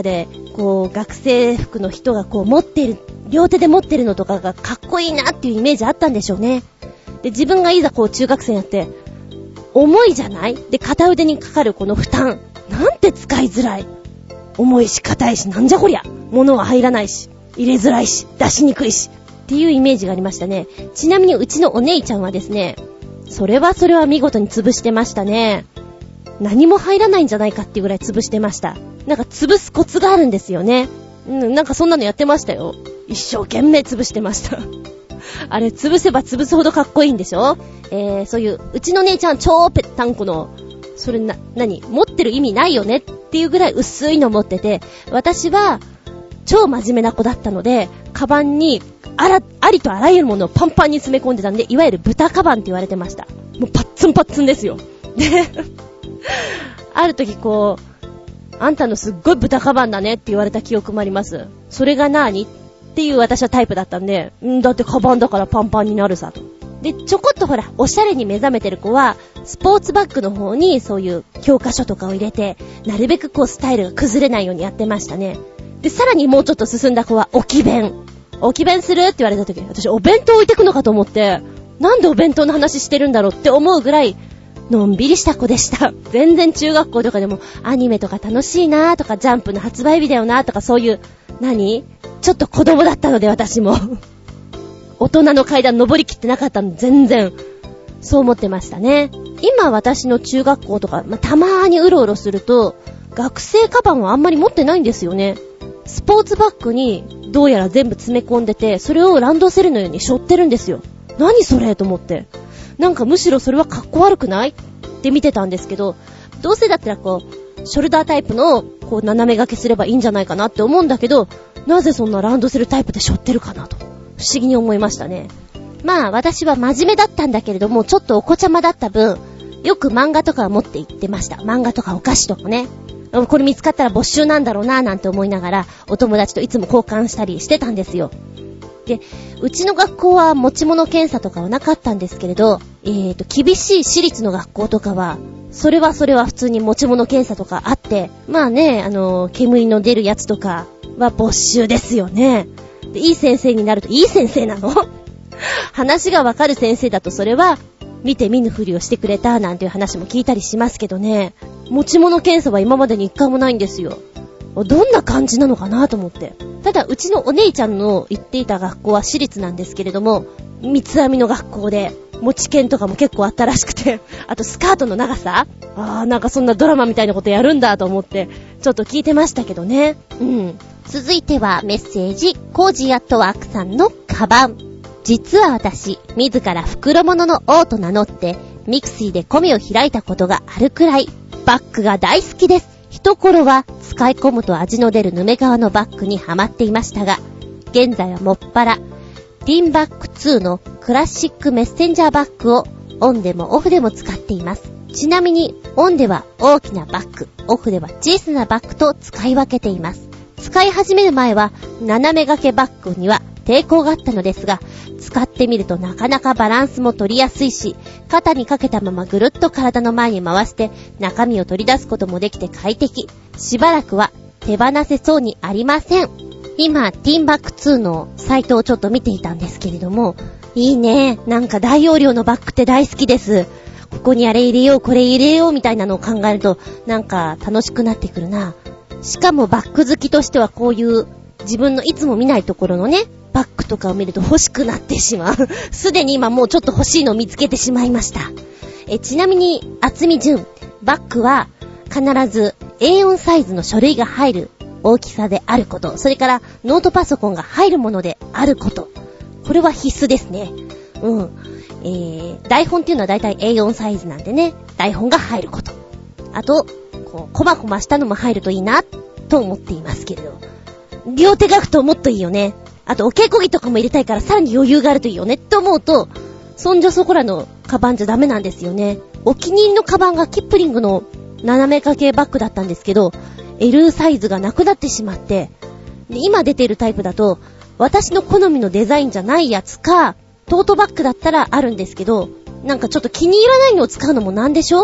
こう学生服の人がこう持ってる、両手で持ってるのとかがかっこいいなっていうイメージあったんでしょうね。で、自分がいざこう中学生になって重いじゃない？で、片腕にかかるこの負担、なんて使いづらい。重いし硬いし、なんじゃこりゃ。物は入らないし、入れづらいし、出しにくいしっていうイメージがありましたね。ちなみにうちのお姉ちゃんはですね、それはそれは見事に潰してましたね。何も入らないんじゃないかっていうぐらい潰してました。なんか潰すコツがあるんですよね。うん、なんかそんなのやってましたよ。一生懸命潰してました。あれ潰せば潰すほどかっこいいんでしょ。えー、そういううちの姉ちゃん超ぺったんこの、それな、何持ってる意味ないよねっていうぐらい薄いの持ってて、私は超真面目な子だったので、カバンにあら、ありとあらゆるものをパンパンに詰め込んでたんで、いわゆる豚カバンって言われてました。もうパッツンパッツンですよ。で、ある時こう、あんたのすっごい豚カバンだねって言われた記憶もあります。それが何っていう私はタイプだったんで、んだってカバンだからパンパンになるさと。で、ちょこっとほら、おしゃれに目覚めてる子は、スポーツバッグの方にそういう教科書とかを入れて、なるべくこうスタイルが崩れないようにやってましたね。で、さらにもうちょっと進んだ子は置き弁。置き弁するって言われた時、私お弁当置いてくのかと思って、なんでお弁当の話してるんだろうって思うぐらい、のんびりした子でした。全然中学校とかでもアニメとか楽しいなとか、ジャンプの発売日だよなとか、そういう、何？ちょっと子供だったので私も。大人の階段登りきってなかったので全然、そう思ってましたね。今私の中学校とか、まあ、たまーにうろうろすると、学生カバンはあんまり持ってないんですよね。スポーツバッグにどうやら全部詰め込んでて、それをランドセルのように背負ってるんですよ。何それと思って。なんかむしろそれはかっこ悪くないって見てたんですけど、どうせだったらこうショルダータイプのこう斜め掛けすればいいんじゃないかなって思うんだけど、なぜそんなランドセルタイプで背負ってるかなと不思議に思いましたね。まあ私は真面目だったんだけれども、ちょっとお子ちゃまだった分、よく漫画とか持って行ってました。漫画とかお菓子とかね、これ見つかったら没収なんだろうななんて思いながら、お友達といつも交換したりしてたんですよ。で、うちの学校は持ち物検査とかはなかったんですけれど、えーと、厳しい私立の学校とかは、それはそれは普通に持ち物検査とかあって、まあね、あの、煙の出るやつとかは没収ですよね。で、いい先生になると、いい先生なの？話がわかる先生だとそれは、見て見ぬふりをしてくれたなんていう話も聞いたりしますけどね、持ち物検査は今までに一回もないんですよ。どんな感じなのかなと思って。ただうちのお姉ちゃんの行っていた学校は私立なんですけれども、三つ編みの学校で持ち券とかも結構あったらしくて、あとスカートの長さ、あーなんかそんなドラマみたいなことやるんだと思ってちょっと聞いてましたけどね。うん。続いてはメッセージ、コージーアットワークさんのカバン。実は私、自ら袋物の王と名乗ってミクシーでコメを開いたことがあるくらいバッグが大好きです。一頃は使い込むと味の出るヌメ革のバッグにハマっていましたが、現在はもっぱらティンバッグツーのクラシックメッセンジャーバッグをオンでもオフでも使っています。ちなみにオンでは大きなバッグ、オフでは小さなバッグと使い分けています。使い始める前は斜め掛けバッグには抵抗があったのですが、使ってみるとなかなかバランスも取りやすいし、肩にかけたままぐるっと体の前に回して中身を取り出すこともできて快適。しばらくは手放せそうにありません。今ティンバッグツーのサイトをちょっと見ていたんですけれども、いいね。なんか大容量のバッグって大好きです。ここにあれ入れようこれ入れようみたいなのを考えるとなんか楽しくなってくるな。しかもバッグ好きとしてはこういう自分のいつも見ないところのねバッグとかを見ると欲しくなってしまう。すでに今もうちょっと欲しいのを見つけてしまいました。えちなみに厚み順、バッグは必ず エーよん サイズの書類が入る大きさであること、それからノートパソコンが入るものであること、これは必須ですね。うん。えー、台本っていうのはだいたい エーよん サイズなんでね、台本が入ること。あと、こう、コマコマしたのも入るといいな、と思っていますけれど。両手が太もっといいよね。あと、お稽古着とかも入れたいからさらに余裕があるといいよね、って思うと、そんじょそこらのカバンじゃダメなんですよね。お気に入りのカバンがキップリングの斜め掛けバッグだったんですけど、L サイズがなくなってしまって、で今出ているタイプだと、私の好みのデザインじゃないやつか、トートバッグだったらあるんですけど、なんかちょっと気に入らないのを使うのもなんでしょ？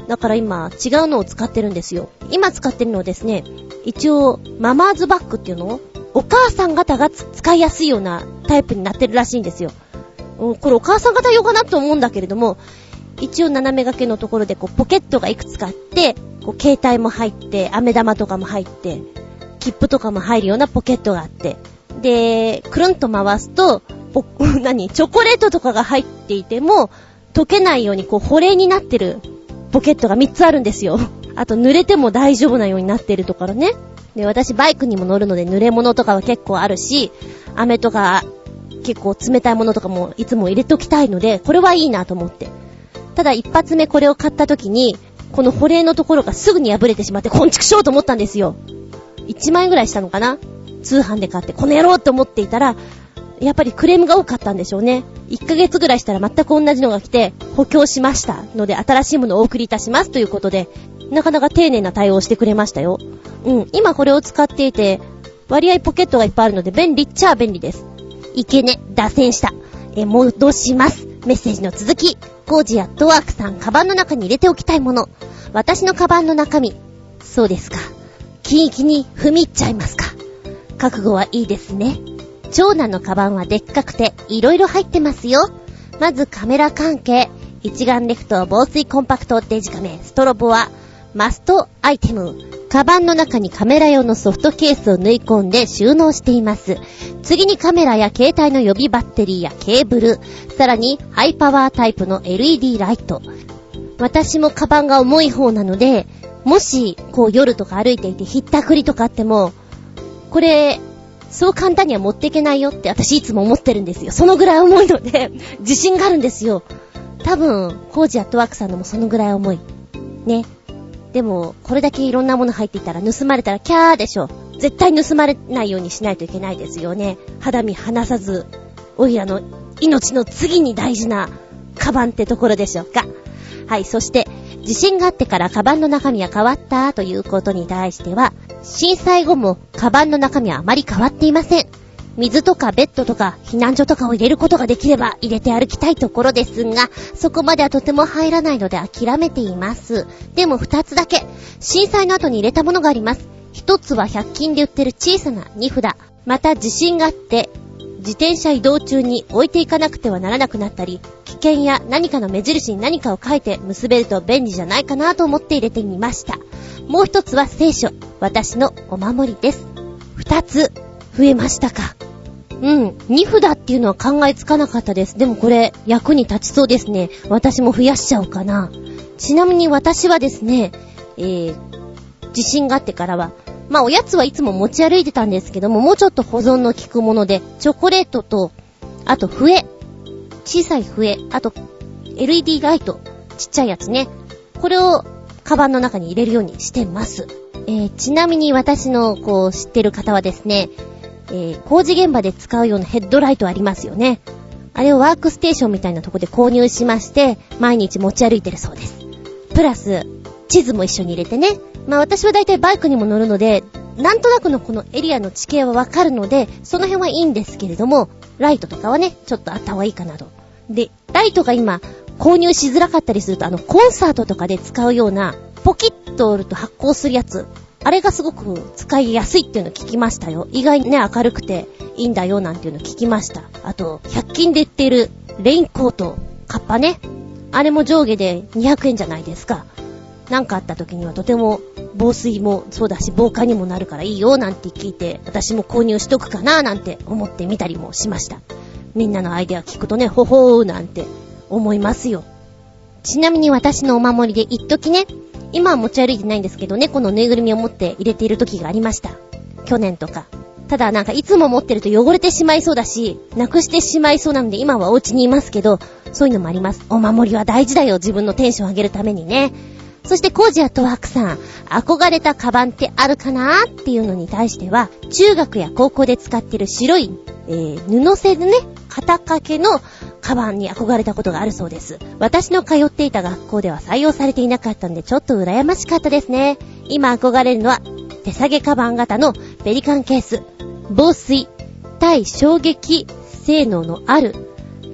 だから今違うのを使ってるんですよ。今使ってるのはですね、一応ママーズバッグっていうのお母さん方が使いやすいようなタイプになってるらしいんですよ。うん、これお母さん方用かなと思うんだけれども、一応斜め掛けのところでこうポケットがいくつかあって、こう携帯も入って、飴玉とかも入って、切符とかも入るようなポケットがあって、で、くるんと回すと、何チョコレートとかが入っていても溶けないようにこう保冷になってるポケットがみっつあるんですよ。あと濡れても大丈夫なようになってるところね。で、私バイクにも乗るので濡れ物とかは結構あるし、飴とか結構冷たいものとかもいつも入れときたいので、これはいいなと思って。ただ一発目これを買った時にこの保冷のところがすぐに破れてしまって、こんちくしようと思ったんですよ。いちまん円ぐらいしたのかな、通販で買って。この野郎って思っていたら、やっぱりクレームが多かったんでしょうね。いっかげつぐらいしたら全く同じのが来て、補強しましたので新しいものをお送りいたしますということで、なかなか丁寧な対応をしてくれましたよ。うん、今これを使っていて、割合ポケットがいっぱいあるので便利っちゃ便利です。いけね、脱線した。え、戻します。メッセージの続き。コージアットワークさん、カバンの中に入れておきたいもの。私のカバンの中身。そうですか。気域に踏み入っちゃいますか。覚悟はいいですね。長男のカバンはでっかくていろいろ入ってますよ。まずカメラ関係、一眼レフト、防水コンパクトデジカメ、ストロボはマストアイテム。カバンの中にカメラ用のソフトケースを縫い込んで収納しています。次にカメラや携帯の予備バッテリーやケーブル、さらにハイパワータイプの エルイーディー ライト。私もカバンが重い方なので、もしこう夜とか歩いていてひったくりとかあっても、これそう簡単には持っていけないよって私いつも思ってるんですよ。そのぐらい重いので自信があるんですよ。多分コージアットワークさんのもそのぐらい重いね。でもこれだけいろんなもの入っていたら盗まれたらキャーでしょ。絶対盗まれないようにしないといけないですよね。肌身離さず、おいらの命の次に大事なカバンってところでしょうか。はい、そして地震があってからカバンの中身は変わったということに対しては、震災後もカバンの中身はあまり変わっていません。水とかベッドとか避難所とかを入れることができれば入れて歩きたいところですが、そこまではとても入らないので諦めています。でも二つだけ震災の後に入れたものがあります。一つはひゃく均で売ってる小さな荷札。また地震があって自転車移動中に置いていかなくてはならなくなったり、危険や何かの目印に何かを書いて結べると便利じゃないかなと思って入れてみました。もう一つは聖書、私のお守りです。二つ増えましたか。うん、荷札っていうのは考えつかなかったです。でもこれ役に立ちそうですね。私も増やしちゃおうかな。ちなみに私はですね、えー、地震があってからはまあおやつはいつも持ち歩いてたんですけども、もうちょっと保存の効くものでチョコレートと、あと笛、小さい笛、あと エルイーディー ライト、ちっちゃいやつね、これをカバンの中に入れるようにしてます。えー、ちなみに私のこう知ってる方はですね、えー、工事現場で使うようなヘッドライトありますよね。あれをワークステーションみたいなとこで購入しまして、毎日持ち歩いてるそうです。プラス地図も一緒に入れてね。まあ私はだいたいバイクにも乗るので、なんとなくのこのエリアの地形はわかるので、その辺はいいんですけれども、ライトとかはね、ちょっとあった方がいいかなと。で、ライトが今購入しづらかったりすると、あのコンサートとかで使うようなポキッと折ると発光するやつ、あれがすごく使いやすいっていうのを聞きましたよ。意外にね、明るくていいんだよなんていうのを聞きました。あとひゃく均で売っているレインコート、カッパね、あれも上下でにひゃくえんじゃないですか。なんかあった時にはとても防水もそうだし防火にもなるからいいよなんて聞いて、私も購入しとくかななんて思ってみたりもしました。みんなのアイデア聞くとね、ほほーなんて思いますよ。ちなみに私のお守りで一時ね、今は持ち歩いてないんですけどね、このぬいぐるみを持って入れている時がありました。去年とか。ただなんかいつも持ってると汚れてしまいそうだし、なくしてしまいそうなので今はお家にいますけど、そういうのもあります。お守りは大事だよ、自分のテンション上げるためにね。そしてコージアットワークさん、憧れたカバンってあるかなーっていうのに対しては、中学や高校で使ってる白い、えー、布製でね、肩掛けのカバンに憧れたことがあるそうです。私の通っていた学校では採用されていなかったんでちょっと羨ましかったですね。今憧れるのは手提げカバン型のペリカンケース、防水、耐衝撃性能のある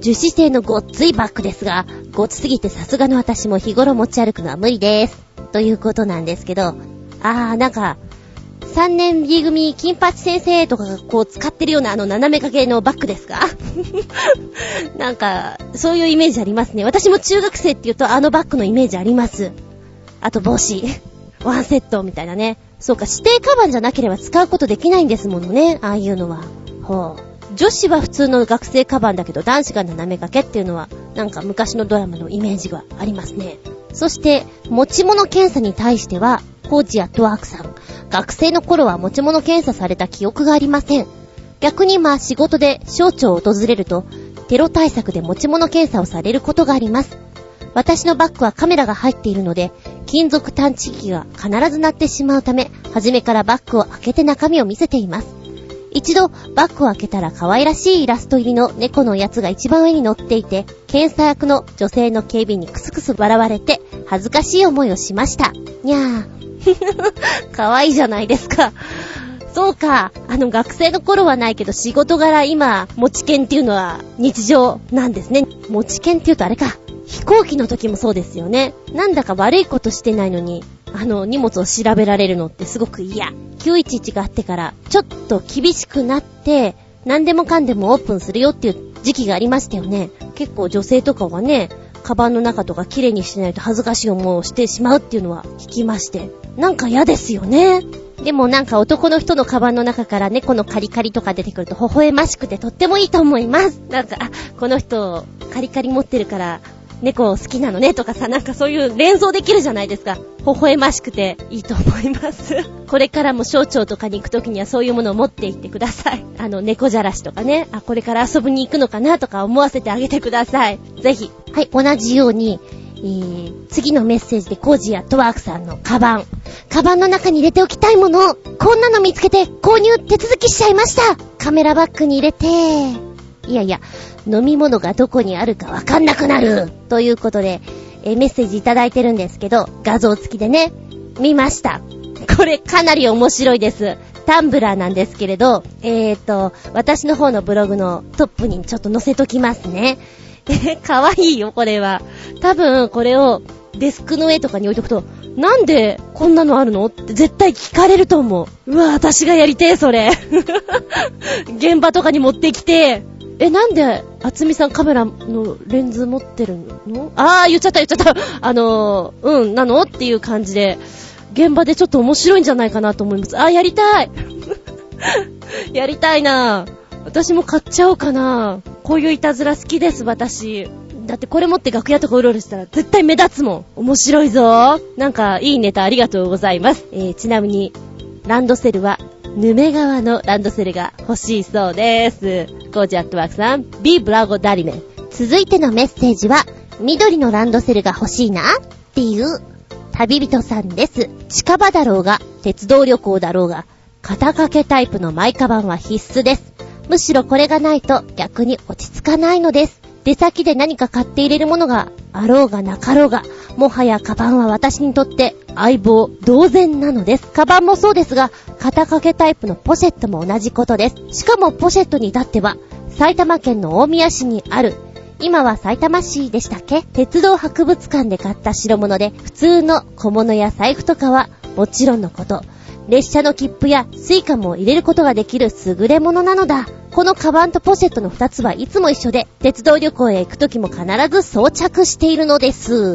樹脂製のごっついバッグですが、ごつすぎてさすがの私も日頃持ち歩くのは無理です。ということなんですけど、あー、なんか、さんねん B 組金八先生とかがこう使ってるようなあの斜め掛けのバッグですかなんか、そういうイメージありますね。私も中学生って言うとあのバッグのイメージあります。あと帽子。ワンセットみたいなね。そうか、指定カバンじゃなければ使うことできないんですものね。ああいうのは。ほう。女子は普通の学生カバンだけど男子が斜め掛けっていうのはなんか昔のドラマのイメージがありますね。そして持ち物検査に対してはコージアットワークさん、学生の頃は持ち物検査された記憶がありません。逆に今仕事で省庁を訪れるとテロ対策で持ち物検査をされることがあります。私のバッグはカメラが入っているので金属探知機が必ず鳴ってしまうため、初めからバッグを開けて中身を見せています。一度バッグを開けたら可愛らしいイラスト入りの猫のやつが一番上に乗っていて、検査役の女性の警備員にクスクス笑われて恥ずかしい思いをしました。にゃー可愛いじゃないですか。そうか、あの学生の頃はないけど仕事柄今持ち券っていうのは日常なんですね。持ち券っていうとあれか、飛行機の時もそうですよね。なんだか悪いことしてないのにあの荷物を調べられるのってすごく嫌。きゅういちいちがあってからちょっと厳しくなって何でもかんでもオープンするよっていう時期がありましたよね。結構女性とかはね、カバンの中とか綺麗にしてないと恥ずかしい思いをしてしまうっていうのは聞きまして、なんか嫌ですよね。でもなんか男の人のカバンの中から猫のカリカリとか出てくると微笑ましくてとってもいいと思います。なんか、あ、この人カリカリ持ってるから猫好きなのねとかさ、なんかそういう連想できるじゃないですか。微笑ましくていいと思います。これからも省庁とかに行くときにはそういうものを持って行ってください。あの猫じゃらしとかね、あ、これから遊びに行くのかなとか思わせてあげてください。ぜひ。はい、同じように、えー、次のメッセージでコージアットワークさんのカバン。カバンの中に入れておきたいもの。こんなの見つけて購入手続きしちゃいました。カメラバッグに入れて、いやいや、飲み物がどこにあるかわかんなくなるということで、えー、メッセージいただいてるんですけど、画像付きでね、見ました。これかなり面白いです。タンブラーなんですけれど、えーと、私の方のブログのトップにちょっと載せときますね。え、かわいいよ、これは。多分、これをデスクの上とかに置いとくと、なんでこんなのあるのって絶対聞かれると思う。うわ、私がやりてえ、それ。現場とかに持ってきて、え、なんで、あつみさんカメラのレンズ持ってるの？あー、言っちゃった言っちゃった。あのー、うん、なのっていう感じで、現場でちょっと面白いんじゃないかなと思います。あー、やりたいやりたいな。私も買っちゃおうかな。こういういたずら好きです、私。だってこれ持って楽屋とかうろうろしたら絶対目立つもん。面白いぞ。なんか、いいネタありがとうございます。えー、ちなみに、ランドセルは、ヌメ川のランドセルが欲しいそうです。コージアットワークさん、ビブラゴダリメ。続いてのメッセージは、緑のランドセルが欲しいなっていう旅人さんです。近場だろうが、鉄道旅行だろうが、肩掛けタイプのマイカバンは必須です。むしろこれがないと逆に落ち着かないのです。出先で何か買って入れるものがあろうがなかろうが、もはやカバンは私にとって相棒同然なのです。カバンもそうですが、肩掛けタイプのポシェットも同じことです。しかもポシェットに至っては、埼玉県の大宮市にある、今は埼玉市でしたっけ？鉄道博物館で買った代物で、普通の小物や財布とかはもちろんのこと、列車の切符やスイカも入れることができる優れものなのだ。このカバンとポシェットの二つはいつも一緒で、鉄道旅行へ行くときも必ず装着しているのです。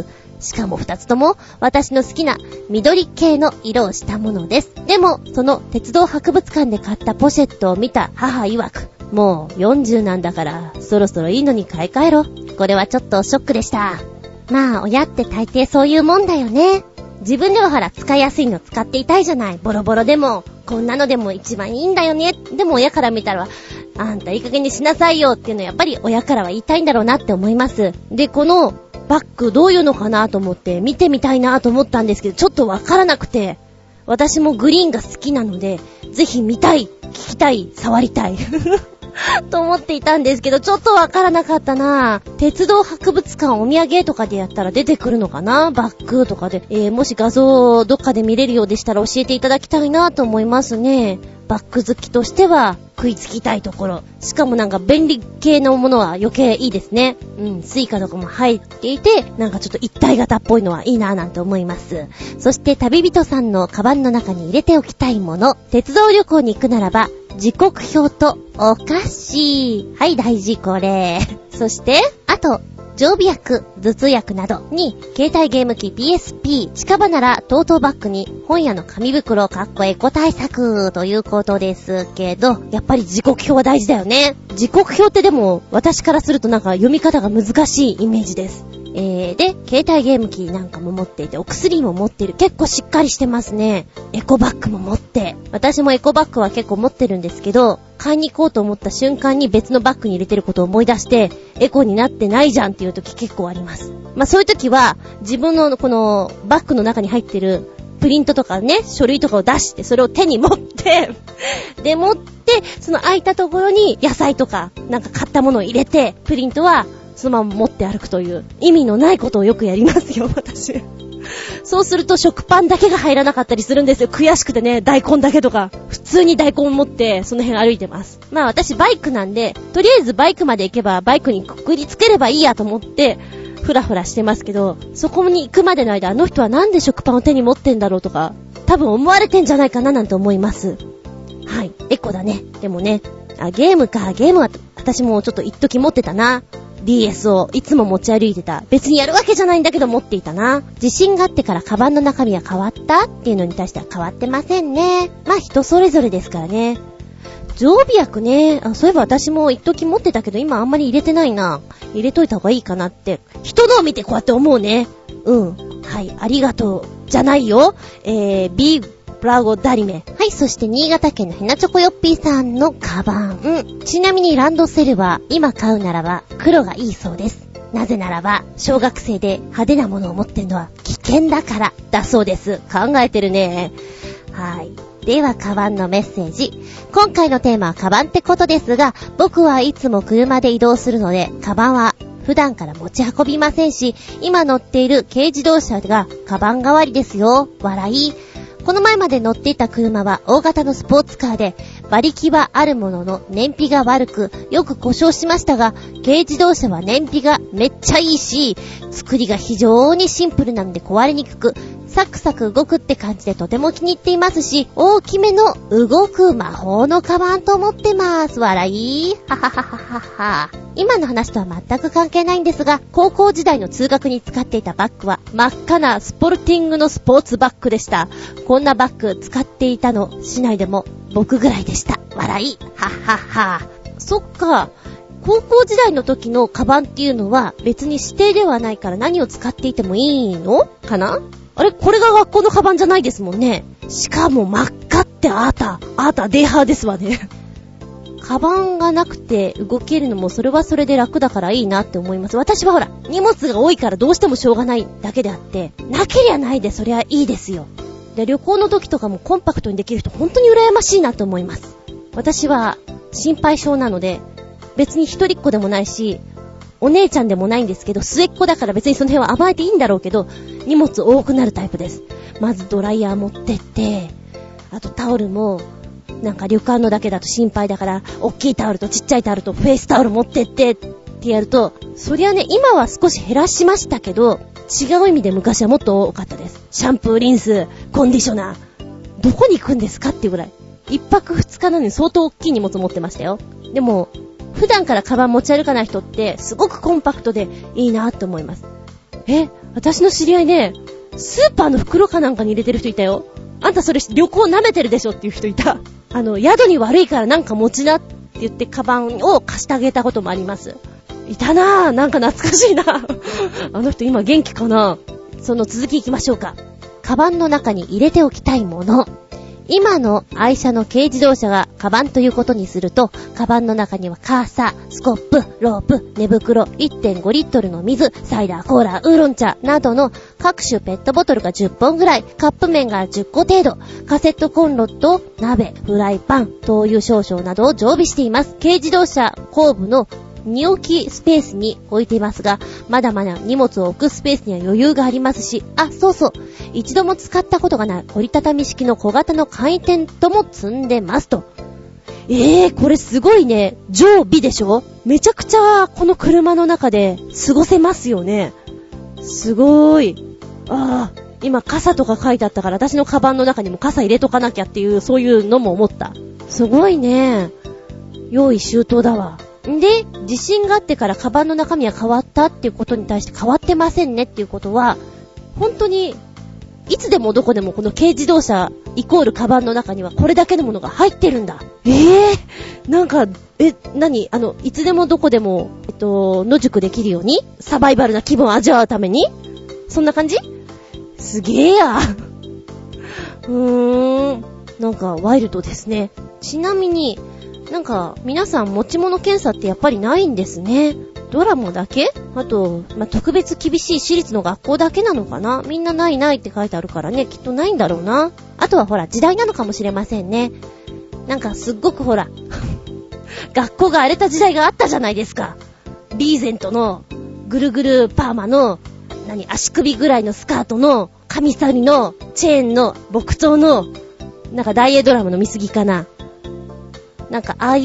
しかも二つとも私の好きな緑系の色をしたものです。でもその鉄道博物館で買ったポシェットを見た母曰く、もうよんじゅうなんだからそろそろいいのに買い替えろ。これはちょっとショックでした。まあ親って大抵そういうもんだよね。自分ではほら使いやすいの使っていたいじゃない。ボロボロでもこんなのでも一番いいんだよね。でも親から見たら、あんたいい加減にしなさいよっていうのはやっぱり親からは言いたいんだろうなって思います。で、このバッグどういうのかなと思って見てみたいなと思ったんですけど、ちょっとわからなくて、私もグリーンが好きなのでぜひ見たい、聞きたい、触りたいと思っていたんですけど、ちょっとわからなかったな。鉄道博物館お土産とかでやったら出てくるのかな、バッグとかで。えー、もし画像どっかで見れるようでしたら教えていただきたいなと思いますね。バッグ好きとしては食いつきたいところ。しかもなんか便利系のものは余計いいですね。うん、スイカとかも入っていて、なんかちょっと一体型っぽいのはいいなぁなんて思います。そして旅人さんのカバンの中に入れておきたいもの。鉄道旅行に行くならば、時刻表とお菓子。はい、大事これ。そして、あと、常備薬、頭痛薬などに、携帯ゲーム機 ピーエスピー、近場ならトートバッグに本屋の紙袋かっこエコ対策ということですけど、やっぱり時刻表は大事だよね。時刻表ってでも私からするとなんか読み方が難しいイメージです。えー、で、携帯ゲーム機なんかも持っていて、お薬も持っている。結構しっかりしてますね。エコバッグも持って。私もエコバッグは結構持ってるんですけど、買いに行こうと思った瞬間に別のバッグに入れてることを思い出して、エコになってないじゃんっていう時結構あります。まあそういう時は、自分のこのバッグの中に入ってるプリントとかね、書類とかを出して、それを手に持って、で、持って、その空いたところに野菜とか、なんか買ったものを入れて、プリントは、そのまま持って歩くという意味のないことをよくやりますよ、私。そうすると食パンだけが入らなかったりするんですよ。悔しくてね、大根だけとか。普通に大根持ってその辺歩いてます。まあ私バイクなんで、とりあえずバイクまで行けばバイクにくくりつければいいやと思ってフラフラしてますけど、そこに行くまでの間、あの人はなんで食パンを手に持ってんだろうとか、多分思われてんじゃないかななんて思います。はい、エコだね。でもね、あ、ゲームか、ゲームは私もちょっと一時持ってたな。ディーエス をいつも持ち歩いてた。別にやるわけじゃないんだけど持っていたな。地震があってからカバンの中身は変わったっていうのに対しては変わってませんね。まあ人それぞれですからね。常備薬ね。あ、そういえば私も一時持ってたけど今あんまり入れてないな。入れといた方がいいかなって。人のを見てこうやって思うね。うん。はい、ありがとう。じゃないよ。えー、ビーブラゴダリメ。はい、そして新潟県のひなチョコヨッピーさんのカバン。うん。ちなみにランドセルは今買うならば黒がいいそうです。なぜならば小学生で派手なものを持ってるのは危険だからだそうです。考えてるね。はい。ではカバンのメッセージ。今回のテーマはカバンってことですが、僕はいつも車で移動するのでカバンは普段から持ち運びませんし、今乗っている軽自動車がカバン代わりですよ。笑い。この前まで乗っていた車は大型のスポーツカーで、馬力はあるものの燃費が悪く、よく故障しましたが、軽自動車は燃費がめっちゃいいし、作りが非常にシンプルなので壊れにくく、サクサク動くって感じでとても気に入っていますし、大きめの動く魔法のカバンと思ってます。笑い。はははははは。今の話とは全く関係ないんですが、高校時代の通学に使っていたバッグは真っ赤なスポルティングのスポーツバッグでした。こんなバッグ使っていたの市内でも僕ぐらいでした。笑い。ははは。そっか。高校時代の時のカバンっていうのは別に指定ではないから何を使っていてもいいのかな？あれ、これが学校のカバンじゃないですもんね。しかも真っ赤ってあーた、あーたデーハーですわね。カバンがなくて動けるのもそれはそれで楽だからいいなって思います。私はほら、荷物が多いからどうしてもしょうがないだけであって、なけりゃないでそりゃいいですよ。で、旅行の時とかもコンパクトにできる人本当に羨ましいなと思います。私は心配性なので、別に一人っ子でもないし、お姉ちゃんでもないんですけど、末っ子だから別にその辺は甘えていいんだろうけど、荷物多くなるタイプです。まずドライヤー持ってって、あとタオルも、なんか旅館のだけだと心配だから、大きいタオルとちっちゃいタオルとフェイスタオル持ってってってやると、そりゃね、今は少し減らしましたけど、違う意味で昔はもっと多かったです。シャンプー、リンス、コンディショナー。どこに行くんですかっていうぐらい。一泊二日なのに相当大きい荷物持ってましたよ。でも、普段からカバン持ち歩かない人ってすごくコンパクトでいいなって思います。え、私の知り合いね、スーパーの袋かなんかに入れてる人いたよ。あんたそれ旅行舐めてるでしょっていう人いた。あの、宿に悪いからなんか持ちなって言ってカバンを貸してあげたこともあります。いたなぁ、なんか懐かしいなあの人今元気かな。その続き行きましょうか。カバンの中に入れておきたいもの。今の愛車の軽自動車がカバンということにすると、カバンの中にはカーサ、スコップ、ロープ、寝袋、いってんごリットルの水、サイダー、コーラ、ウーロン茶などの各種ペットボトルがじゅっぽんぐらい、カップ麺がじゅっこ程度、カセットコンロと鍋、フライパン、灯油少々などを常備しています。軽自動車後部の荷置きスペースに置いていますが、まだまだ荷物を置くスペースには余裕がありますし、あ、そうそう、一度も使ったことがない折りたたみ式の小型の簡易テントも積んでますと。 えー、これすごいね。常備でしょ？めちゃくちゃこの車の中で過ごせますよね。すごい。ああ、今傘とか書いてあったから私のカバンの中にも傘入れとかなきゃっていう、そういうのも思った。すごいね。用意周到だわ。で、地震があってからカバンの中身は変わったっていうことに対して変わってませんねっていうことは、本当にいつでもどこでもこの軽自動車イコールカバンの中にはこれだけのものが入ってるんだ。えー、なんか、え、何あの、いつでもどこでも、えっと、野宿できるようにサバイバルな気分を味わうためにそんな感じ？すげえや。うーん、なんかワイルドですね。ちなみに、なんか皆さん持ち物検査ってやっぱりないんですね。ドラマだけ？あと、まあ、特別厳しい私立の学校だけなのかな？みんなないないって書いてあるからね、きっとないんだろうな。あとはほら、時代なのかもしれませんね。なんかすっごくほら、学校が荒れた時代があったじゃないですか。リーゼントのぐるぐるパーマの、何、足首ぐらいのスカートの、カミサリの、チェーンの、木刀の、なんか大英ドラマの見過ぎかな。なんかああいう、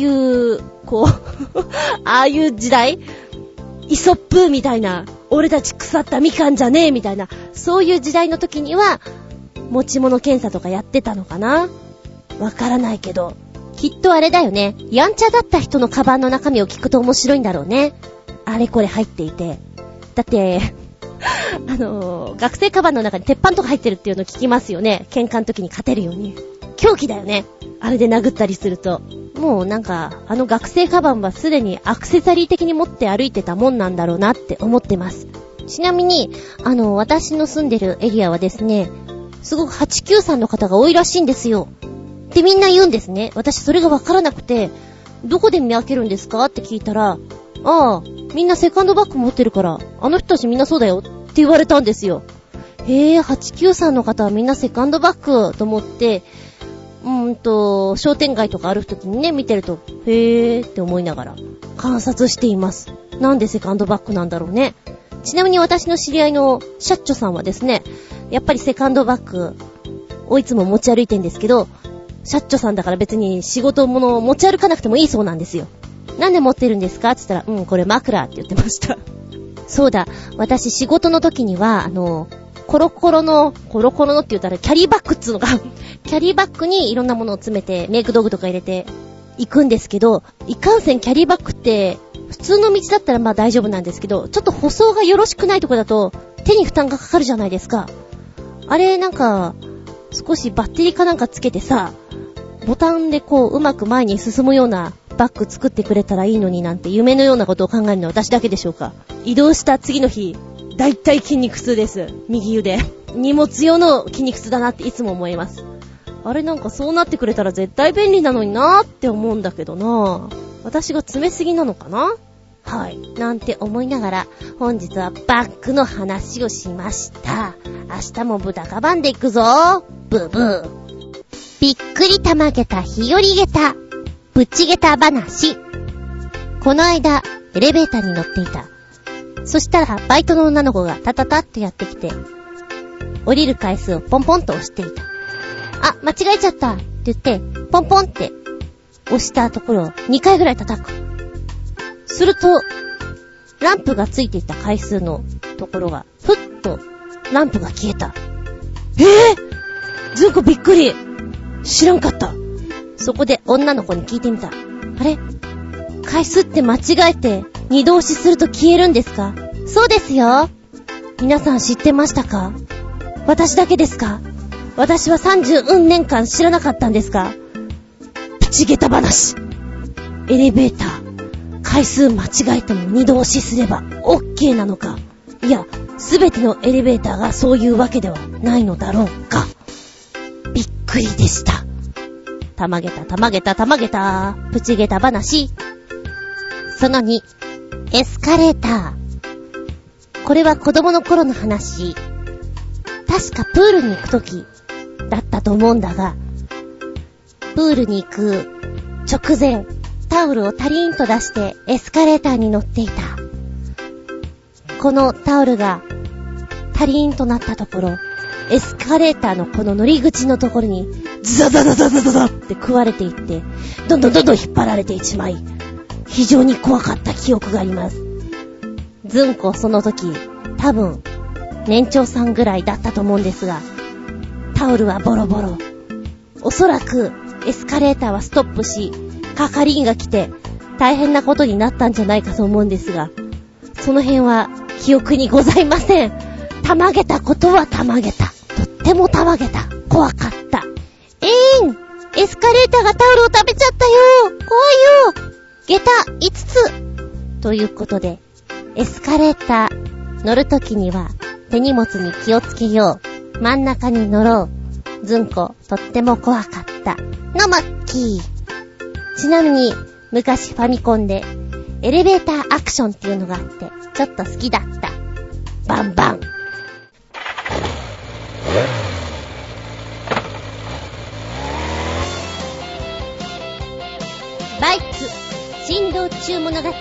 こう、ああいう時代？イソップみたいな、俺たち腐ったみかんじゃねえみたいな、そういう時代の時には持ち物検査とかやってたのかな？わからないけど、きっとあれだよね。やんちゃだった人のカバンの中身を聞くと面白いんだろうね。あれこれ入っていて、だってあのー、学生カバンの中に鉄板とか入ってるっていうの聞きますよね。喧嘩の時に勝てるように。狂気だよね。あれで殴ったりすると。もうなんか、あの学生カバンはすでにアクセサリー的に持って歩いてたもんなんだろうなって思ってます。ちなみに、あの、私の住んでるエリアはですね、すごくはちきゅうさんの方が多いらしいんですよ。ってみんな言うんですね。私それがわからなくて、どこで見分けるんですかって聞いたら、ああ、みんなセカンドバッグ持ってるから、あの人たちみんなそうだよって言われたんですよ。へえ、はちきゅうさんの方はみんなセカンドバッグと思って、うーんと、商店街とか歩くときにね、見てると、へーって思いながら観察しています。なんでセカンドバッグなんだろうね。ちなみに私の知り合いのシャッチョさんはですね、やっぱりセカンドバッグをいつも持ち歩いてんですけど、シャッチョさんだから別に仕事物を持ち歩かなくてもいいそうなんですよ。なんで持ってるんですかって言ったら、うん、これ枕って言ってました。そうだ、私仕事の時には、あの、コロコロの、コロコロのって言ったらキャリーバッグっつうのが、キャリーバッグにいろんなものを詰めて、メイク道具とか入れて行くんですけど、いかんせんキャリーバッグって、普通の道だったらまあ大丈夫なんですけど、ちょっと舗装がよろしくないとこだと、手に負担がかかるじゃないですか。あれなんか、少しバッテリーかなんかつけてさ、ボタンでこう、うまく前に進むようなバッグ作ってくれたらいいのになんて夢のようなことを考えるのは私だけでしょうか。移動した次の日、だいたい筋肉痛です。右腕。荷物用の筋肉痛だなっていつも思います。あれなんかそうなってくれたら絶対便利なのになーって思うんだけどな。私が詰めすぎなのかな？はい。なんて思いながら、本日はバッグの話をしました。明日も豚カバンで行くぞー。ブーブー。びっくりたまげた日和げた。ぶちげた話。この間、エレベーターに乗っていた。そしたら、バイトの女の子がタタタってやってきて、降りる回数をポンポンと押していた。あ、間違えちゃったって言って、ポンポンって押したところをにかいぐらい叩く。すると、ランプがついていた回数のところが、ふっとランプが消えた。えぇ、ー、ずんこびっくり。知らんかった。そこで女の子に聞いてみた。あれ？回数って間違えて二度押しすると消えるんですか？そうですよ。皆さん知ってましたか？私だけですか？私はさんじゅうねんかん知らなかったんですか？プチゲタ話。エレベーター、回数間違えても二度押しすれば OK なのか？いや、すべてのエレベーターがそういうわけではないのだろうか。びっくりでした。たまげたたまげたたまげたプチゲタ話。そのに、エスカレーター。これは子供の頃の話。確かプールに行くときだったと思うんだが、プールに行く直前、タオルをタリーンと出してエスカレーターに乗っていた。このタオルがタリーンとなったところ、エスカレーターのこの乗り口のところにザザザザザザザって食われていって、どんどんどんどん引っ張られて一枚、非常に怖かった記憶があります。ずんこその時、多分、年長さんぐらいだったと思うんですが、タオルはボロボロ。おそらく、エスカレーターはストップし、係員が来て、大変なことになったんじゃないかと思うんですが、その辺は、記憶にございません。たまげたことはたまげた。とってもたまげた。怖かった。えーん、エスカレーターがタオルを食べちゃったよ。怖いよ。下駄いつつ。ということで、エスカレーター乗るときには手荷物に気をつけよう。真ん中に乗ろう。ずんこ、とっても怖かった。のまっきー。ちなみに、昔ファミコンでエレベーターアクションっていうのがあって、ちょっと好きだった。バンバン。バイク振動中物語。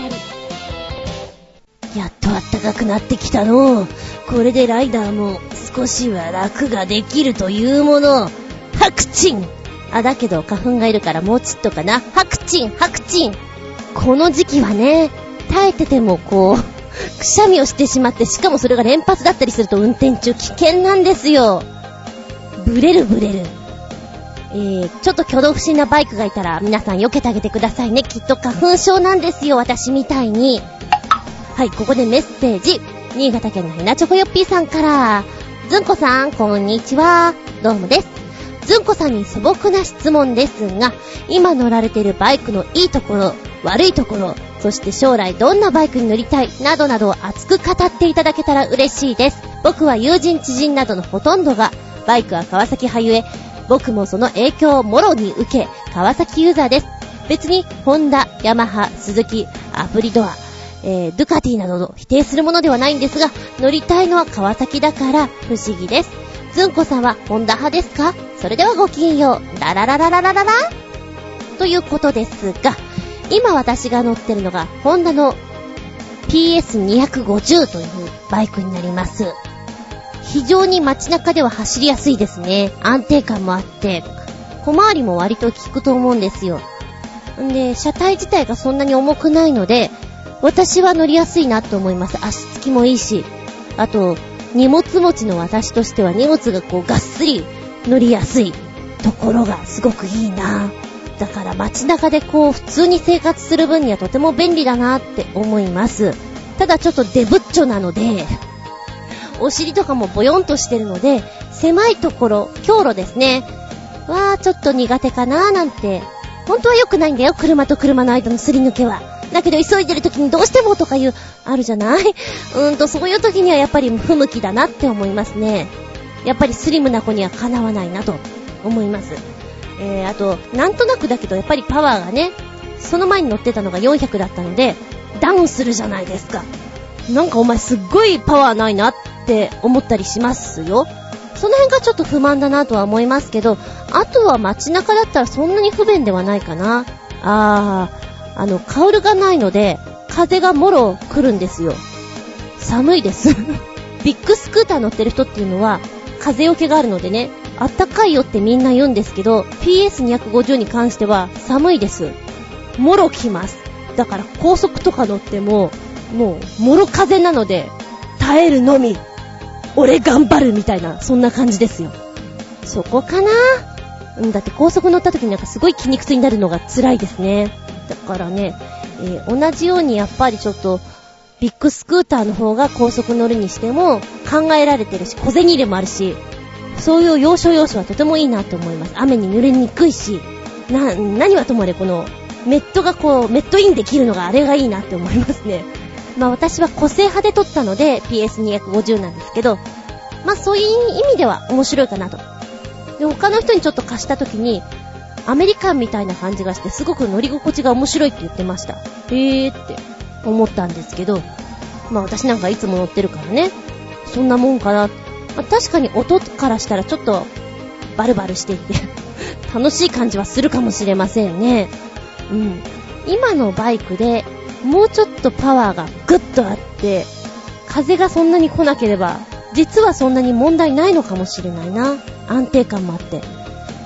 やっと暖かくなってきたの。これでライダーも少しは楽ができるというもの。ハクチン。あ、だけど花粉がいるからもうちっとかな。ハクチンハクチン。この時期はね、耐えててもこうくしゃみをしてしまって、しかもそれが連発だったりすると運転中危険なんですよ。ブレるブレる。えー、ちょっと挙動不審なバイクがいたら皆さん避けてあげてくださいね。きっと花粉症なんですよ、私みたいに。はい、ここでメッセージ。新潟県のひなチョコヨッピーさんから。ずんこさん、こんにちは。どうもです。ずんこさんに素朴な質問ですが、今乗られているバイクのいいところ、悪いところ、そして将来どんなバイクに乗りたいなどなどを熱く語っていただけたら嬉しいです。僕は友人知人などのほとんどがバイクは川崎派ゆえ、僕もその影響をもろに受け川崎ユーザーです。別にホンダ、ヤマハ、スズキ、アプリドア、えー、ドゥカティなどを否定するものではないんですが、乗りたいのは川崎だから不思議です。ずんこさんはホンダ派ですか？それではごきげんよう。ララララララララということですが、今私が乗ってるのがホンダの ピーエスにひゃくごじゅう というバイクになります。非常に街中では走りやすいですね。安定感もあって小回りも割と効くと思うんですよ。んで車体自体がそんなに重くないので、私は乗りやすいなと思います。足つきもいいし、あと荷物持ちの私としては荷物がこうがっすり乗りやすいところがすごくいいな。だから街中でこう普通に生活する分にはとても便利だなって思います。ただちょっとデブッチョなので、お尻とかもボヨンとしてるので、狭いところ、強路ですね。わー、ちょっと苦手かなーなんて。本当は良くないんだよ、車と車の間のすり抜けは。だけど急いでる時にどうしてもとかいう、あるじゃない？うーんと、そういう時にはやっぱり不向きだなって思いますね。やっぱりスリムな子にはかなわないなと思います。えー、あと、なんとなくだけどやっぱりパワーがね、その前に乗ってたのがよんひゃくだったので、ダウンするじゃないですか。なんかお前すっごいパワーないなって思ったりしますよ。その辺がちょっと不満だなとは思いますけど、あとは街中だったらそんなに不便ではないかな。あー、あの、カウルがないので、風がもろ来るんですよ。寒いです。ビッグスクーター乗ってる人っていうのは、風よけがあるのでね、あったかいよってみんな言うんですけど、ピーエスにひゃくごじゅう に関しては寒いです。もろ来ます。だから高速とか乗っても、もう、もろ風なので、耐えるのみ。俺頑張るみたいな、そんな感じですよ。そこかな。うん、だって高速乗った時になんかすごい筋肉痛になるのが辛いですね。だからね、えー、同じようにやっぱりちょっとビッグスクーターの方が高速乗るにしても考えられてるし、小銭入れもあるし、そういう要所要所はとてもいいなと思います。雨に濡れにくいし、な、何はともあれこのメットがこうメットインできるのがあれがいいなって思いますね。まあ私は個性派で撮ったので ピーエスにひゃくごじゅう なんですけど、まあそういう意味では面白いかなと。で、他の人にちょっと貸した時にアメリカンみたいな感じがしてすごく乗り心地が面白いって言ってました。へーって思ったんですけど、まあ私なんかいつも乗ってるからね、そんなもんかな。まあ、確かに音からしたらちょっとバルバルしていて楽しい感じはするかもしれませんね。うん。今のバイクでもうちょっとパワーがグッとあって風がそんなに来なければ実はそんなに問題ないのかもしれないな。安定感もあって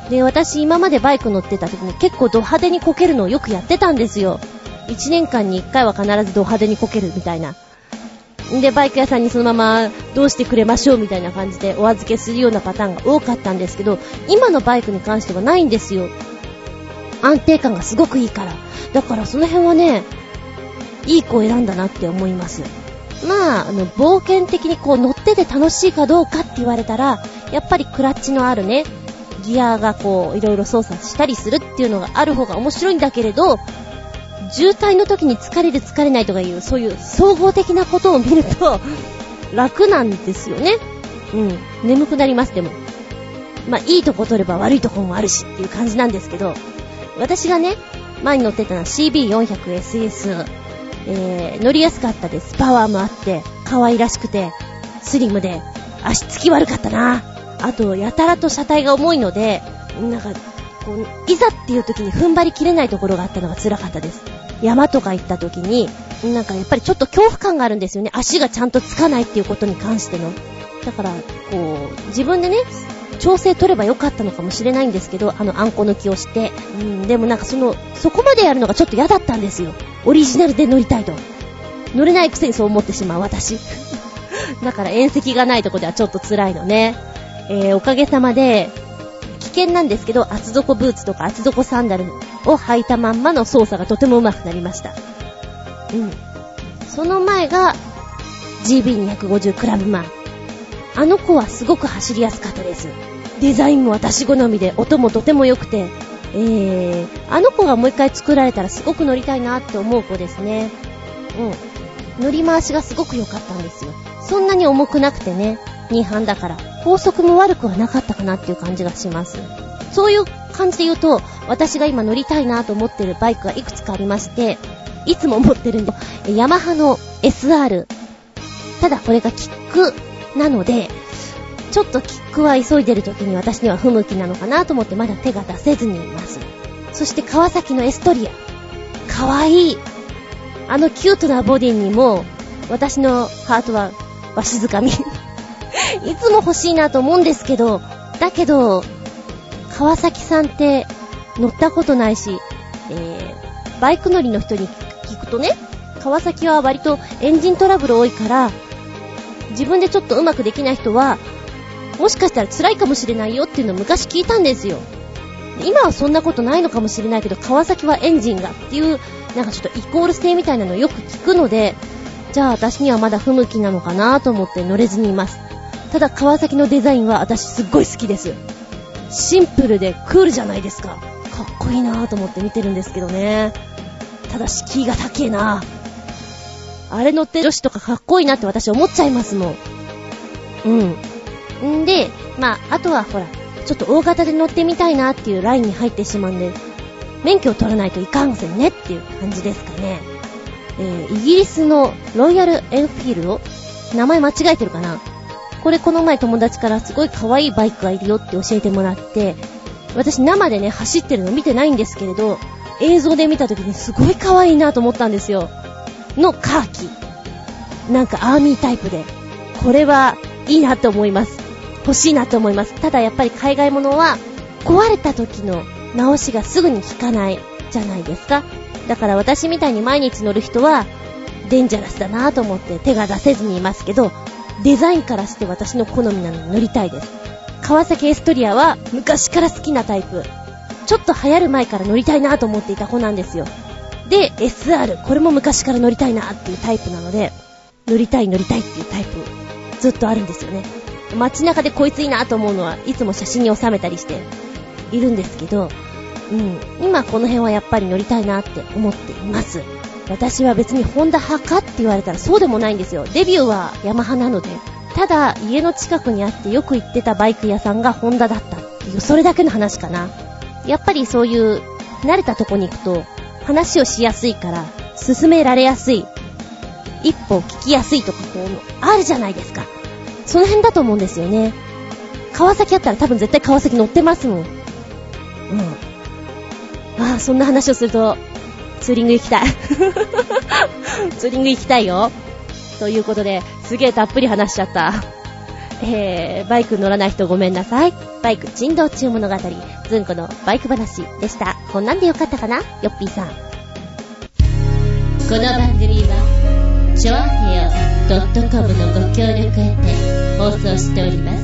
で、私今までバイク乗ってた時に結構ド派手にこけるのをよくやってたんですよ。いちねんかんにいっかいは必ずド派手にこけるみたいな。で、バイク屋さんにそのままどうしてくれましょうみたいな感じでお預けするようなパターンが多かったんですけど、今のバイクに関してはないんですよ。安定感がすごくいいから。だからその辺はね、いい子を選んだなって思います。まあ、あの、冒険的にこう乗ってて楽しいかどうかって言われたら、やっぱりクラッチのあるね、ギアがこういろいろ操作したりするっていうのがある方が面白いんだけれど、渋滞の時に疲れる疲れないとかいうそういう総合的なことを見ると楽なんですよね。うん、眠くなります。でもまあいいとこ取れば悪いとこもあるしっていう感じなんですけど、私がね前に乗ってたのは シービーよんひゃくエスエス、えー、乗りやすかったです。パワーもあって可愛らしくてスリムで足つき悪かったな。あとやたらと車体が重いのでなんかこういざっていう時に踏ん張りきれないところがあったのが辛かったです。山とか行った時になんかやっぱりちょっと恐怖感があるんですよね。足がちゃんとつかないっていうことに関しての。だからこう自分でね調整取ればよかったのかもしれないんですけど、あのあんこ抜きをして、うん、でもなんかそのそこまでやるのがちょっと嫌だったんですよ。オリジナルで乗りたいと。乗れないくせにそう思ってしまう私だから縁石がないとこではちょっと辛いのね。えー、おかげさまで危険なんですけど厚底ブーツとか厚底サンダルを履いたまんまの操作がとても上手くなりました。うん。その前が ジービーにひゃくごじゅう クラブマン。あの子はすごく走りやすかったです。デザインも私好みで音もとても良くて、えー、あの子がもう一回作られたらすごく乗りたいなって思う子ですね。うん。乗り回しがすごく良かったんですよ。そんなに重くなくてね、に班だから高速も悪くはなかったかなっていう感じがします。そういう感じで言うと、私が今乗りたいなと思ってるバイクがいくつかありまして、いつも持ってるんで、ヤマハの エスアール。ただこれがキックなので、ちょっとキックは急いでる時に私には不向きなのかなと思ってまだ手が出せずにいます。そして川崎のエストリア。かわいい。あのキュートなボディにも私のハートはわしづかみ。いつも欲しいなと思うんですけど、だけど川崎さんって乗ったことないし、えー、バイク乗りの人に聞くとね、川崎は割とエンジントラブル多いから自分でちょっとうまくできない人はもしかしたら辛いかもしれないよっていうのを昔聞いたんですよ。今はそんなことないのかもしれないけど、川崎はエンジンがっていうなんかちょっとイコール性みたいなのをよく聞くので、じゃあ私にはまだ不向きなのかなと思って乗れずにいます。ただ川崎のデザインは私すっごい好きです。シンプルでクールじゃないですか。かっこいいなと思って見てるんですけどね。ただ敷居が高いな。あれ乗ってる女子とかかっこいいなって私思っちゃいますもん。うん。んで、まああとはほらちょっと大型で乗ってみたいなっていうラインに入ってしまうんで、免許を取らないといかんせんねっていう感じですかね。えー、イギリスのロイヤルエンフィールド、名前間違えてるかな。これこの前友達からすごい可愛いバイクがいるよって教えてもらって、私生でね走ってるの見てないんですけれど、映像で見た時にすごい可愛いなと思ったんですよ。のカーキ、なんかアーミータイプで、これはいいなと思います。欲しいなと思います。ただやっぱり海外物は壊れた時の直しがすぐに効かないじゃないですか。だから私みたいに毎日乗る人はデンジャラスだなと思って手が出せずにいますけど、デザインからして私の好みなのに乗りたいです。川崎エストリアは昔から好きなタイプ、ちょっと流行る前から乗りたいなと思っていた子なんですよ。で エスアール、これも昔から乗りたいなっていうタイプなので、乗りたい乗りたいっていうタイプずっとあるんですよね。街中でこいついいなと思うのはいつも写真に収めたりしているんですけど、うん、今この辺はやっぱり乗りたいなって思っています。私は別にホンダ派かって言われたらそうでもないんですよ。デビューはヤマハなので、ただ家の近くにあってよく行ってたバイク屋さんがホンダだったっていう、それだけの話かな。やっぱりそういう慣れたとこに行くと話をしやすいから進められやすい、一歩聞きやすいとかこうあるじゃないですか。その辺だと思うんですよね。川崎あったら多分絶対川崎乗ってますもん。うん。ああ、そんな話をするとツーリング行きたいツーリング行きたいよということで、すげえたっぷり話しちゃった。 えー、バイク乗らない人ごめんなさい。バイク珍道中物語、ずんこのバイク話でした。こんなんでよかったかな、よっぴーさん。 この番組はちょあへよ .com のご協力へて放送しております。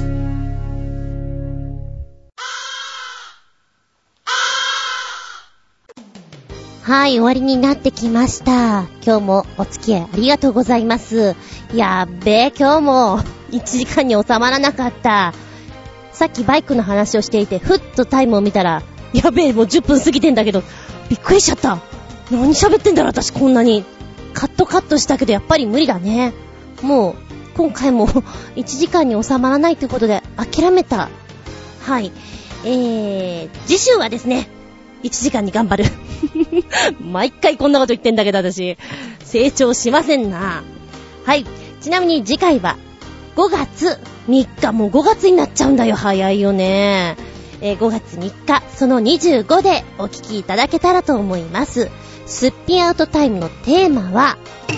はい、終わりになってきました。今日もお付き合いありがとうございます。やっべえ、今日もいちじかんに収まらなかった。さっきバイクの話をしていて、ふっとタイムを見たら、やべえ、もうじゅっぷん過ぎてんだけど、びっくりしちゃった。何喋ってんだろう、私こんなに。カットカットしたけどやっぱり無理だね。もう今回もいちじかんに収まらないということで諦めた。はい、えー、次週はですね、いちじかんに頑張る毎回こんなこと言ってんだけど私成長しませんな。はい、ちなみに次回はごがつみっか、もうごがつになっちゃうんだよ、早いよね。えー、ごがつみっかそのにじゅうごでお聞きいただけたらと思います。すっぴんアウトタイムのテーマは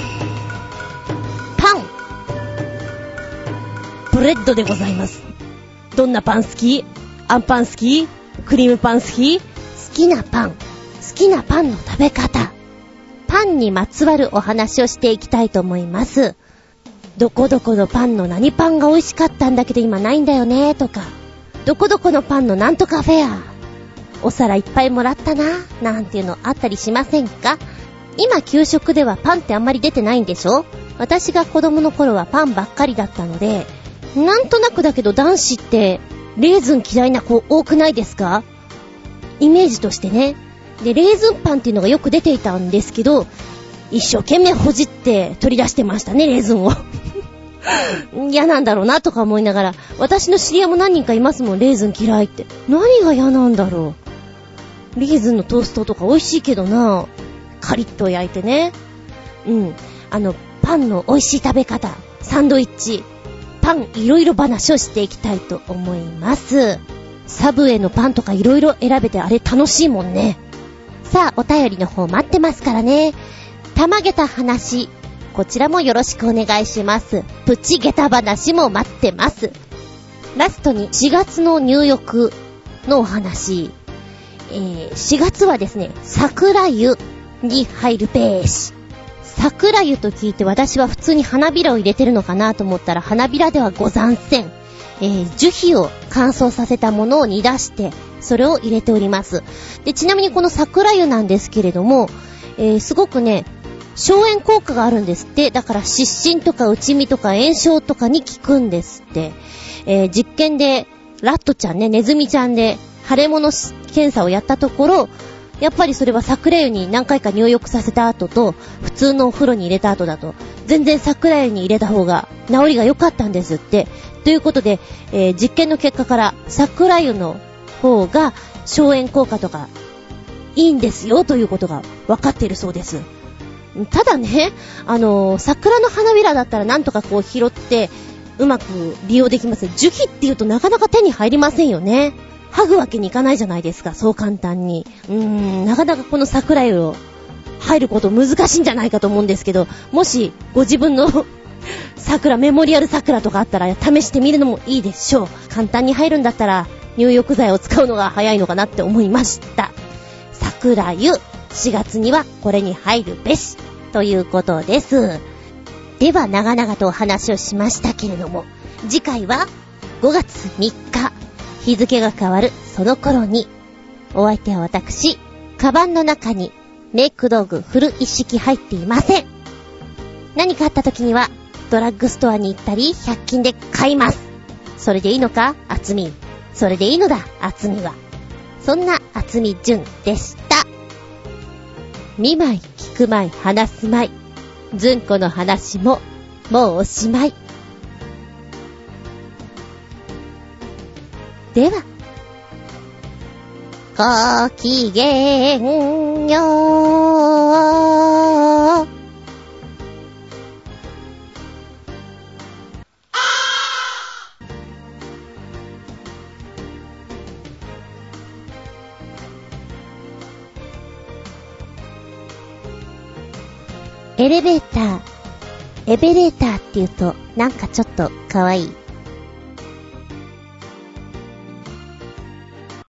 パンブレッドでございます。どんなパン好き？アンパン好き？クリームパン好き？好きなパン、好きなパンの食べ方、パンにまつわるお話をしていきたいと思います。どこどこのパンの何パンが美味しかったんだけど今ないんだよねとか、どこどこのパンのなんとかフェア、お皿いっぱいもらったななんていうのあったりしませんか？今給食ではパンってあんまり出てないんでしょ？私が子供の頃はパンばっかりだったので、なんとなくだけど男子ってレーズン嫌いな子多くないですか？イメージとしてね。で、レーズンパンっていうのがよく出ていたんですけど、一生懸命ほじって取り出してましたね、レーズンを嫌なんだろうなとか思いながら、私の知り合いも何人かいますもん、レーズン嫌いって。何が嫌なんだろう。レーズンのトーストとか美味しいけどな、カリッと焼いてね。うん、あのパンの美味しい食べ方、サンドイッチ、パンいろいろ話をしていきたいと思います。サブウェイのパンとかいろいろ選べてあれ楽しいもんね。さあ、お便りの方待ってますからね。たまげた話、こちらもよろしくお願いします。プチゲタ話も待ってます。ラストにしがつの入浴のお話、えー、しがつはですね、桜湯に入るべーし。桜湯と聞いて私は普通に花びらを入れてるのかなと思ったら、花びらではござんせん。えー、樹皮を乾燥させたものを煮出してそれを入れております。で、ちなみにこの桜湯なんですけれども、えー、すごくね、消炎効果があるんですって。だから湿疹とか内身とか炎症とかに効くんですって。えー、実験でラットちゃんね、ネズミちゃんで腫れ物検査をやったところ、やっぱりそれは桜湯に何回か入浴させた後と普通のお風呂に入れた後だと全然桜湯に入れた方が治りが良かったんですって。ということで、えー、実験の結果から桜湯の方が消炎効果とかいいんですよということが分かっているそうです。ただね、あのー、桜の花びらだったらなんとかこう拾ってうまく利用できます。樹皮っていうとなかなか手に入りませんよね。剥ぐわけにいかないじゃないですか、そう簡単に。うーん、なかなかこの桜湯を入ること難しいんじゃないかと思うんですけど、もしご自分の桜、メモリアル桜とかあったら試してみるのもいいでしょう。簡単に入るんだったら入浴剤を使うのが早いのかなって思いました。桜湯、しがつにはこれに入るべしということです。では長々とお話をしましたけれども、次回はごがつみっか、日付が変わるその頃に。お相手は私、カバンの中にメイク道具フル一式入っていません。何かあった時にはドラッグストアに行ったりひゃく均で買います。それでいいのか、あつみ。それでいいのだ、あつみは。そんなあつみじゅんでした。見舞い聞く舞い話す舞い、ずんこの話ももうおしまい。ではごきげんよう。エレベーター、エベレーターって言うとなんかちょっとかわいい。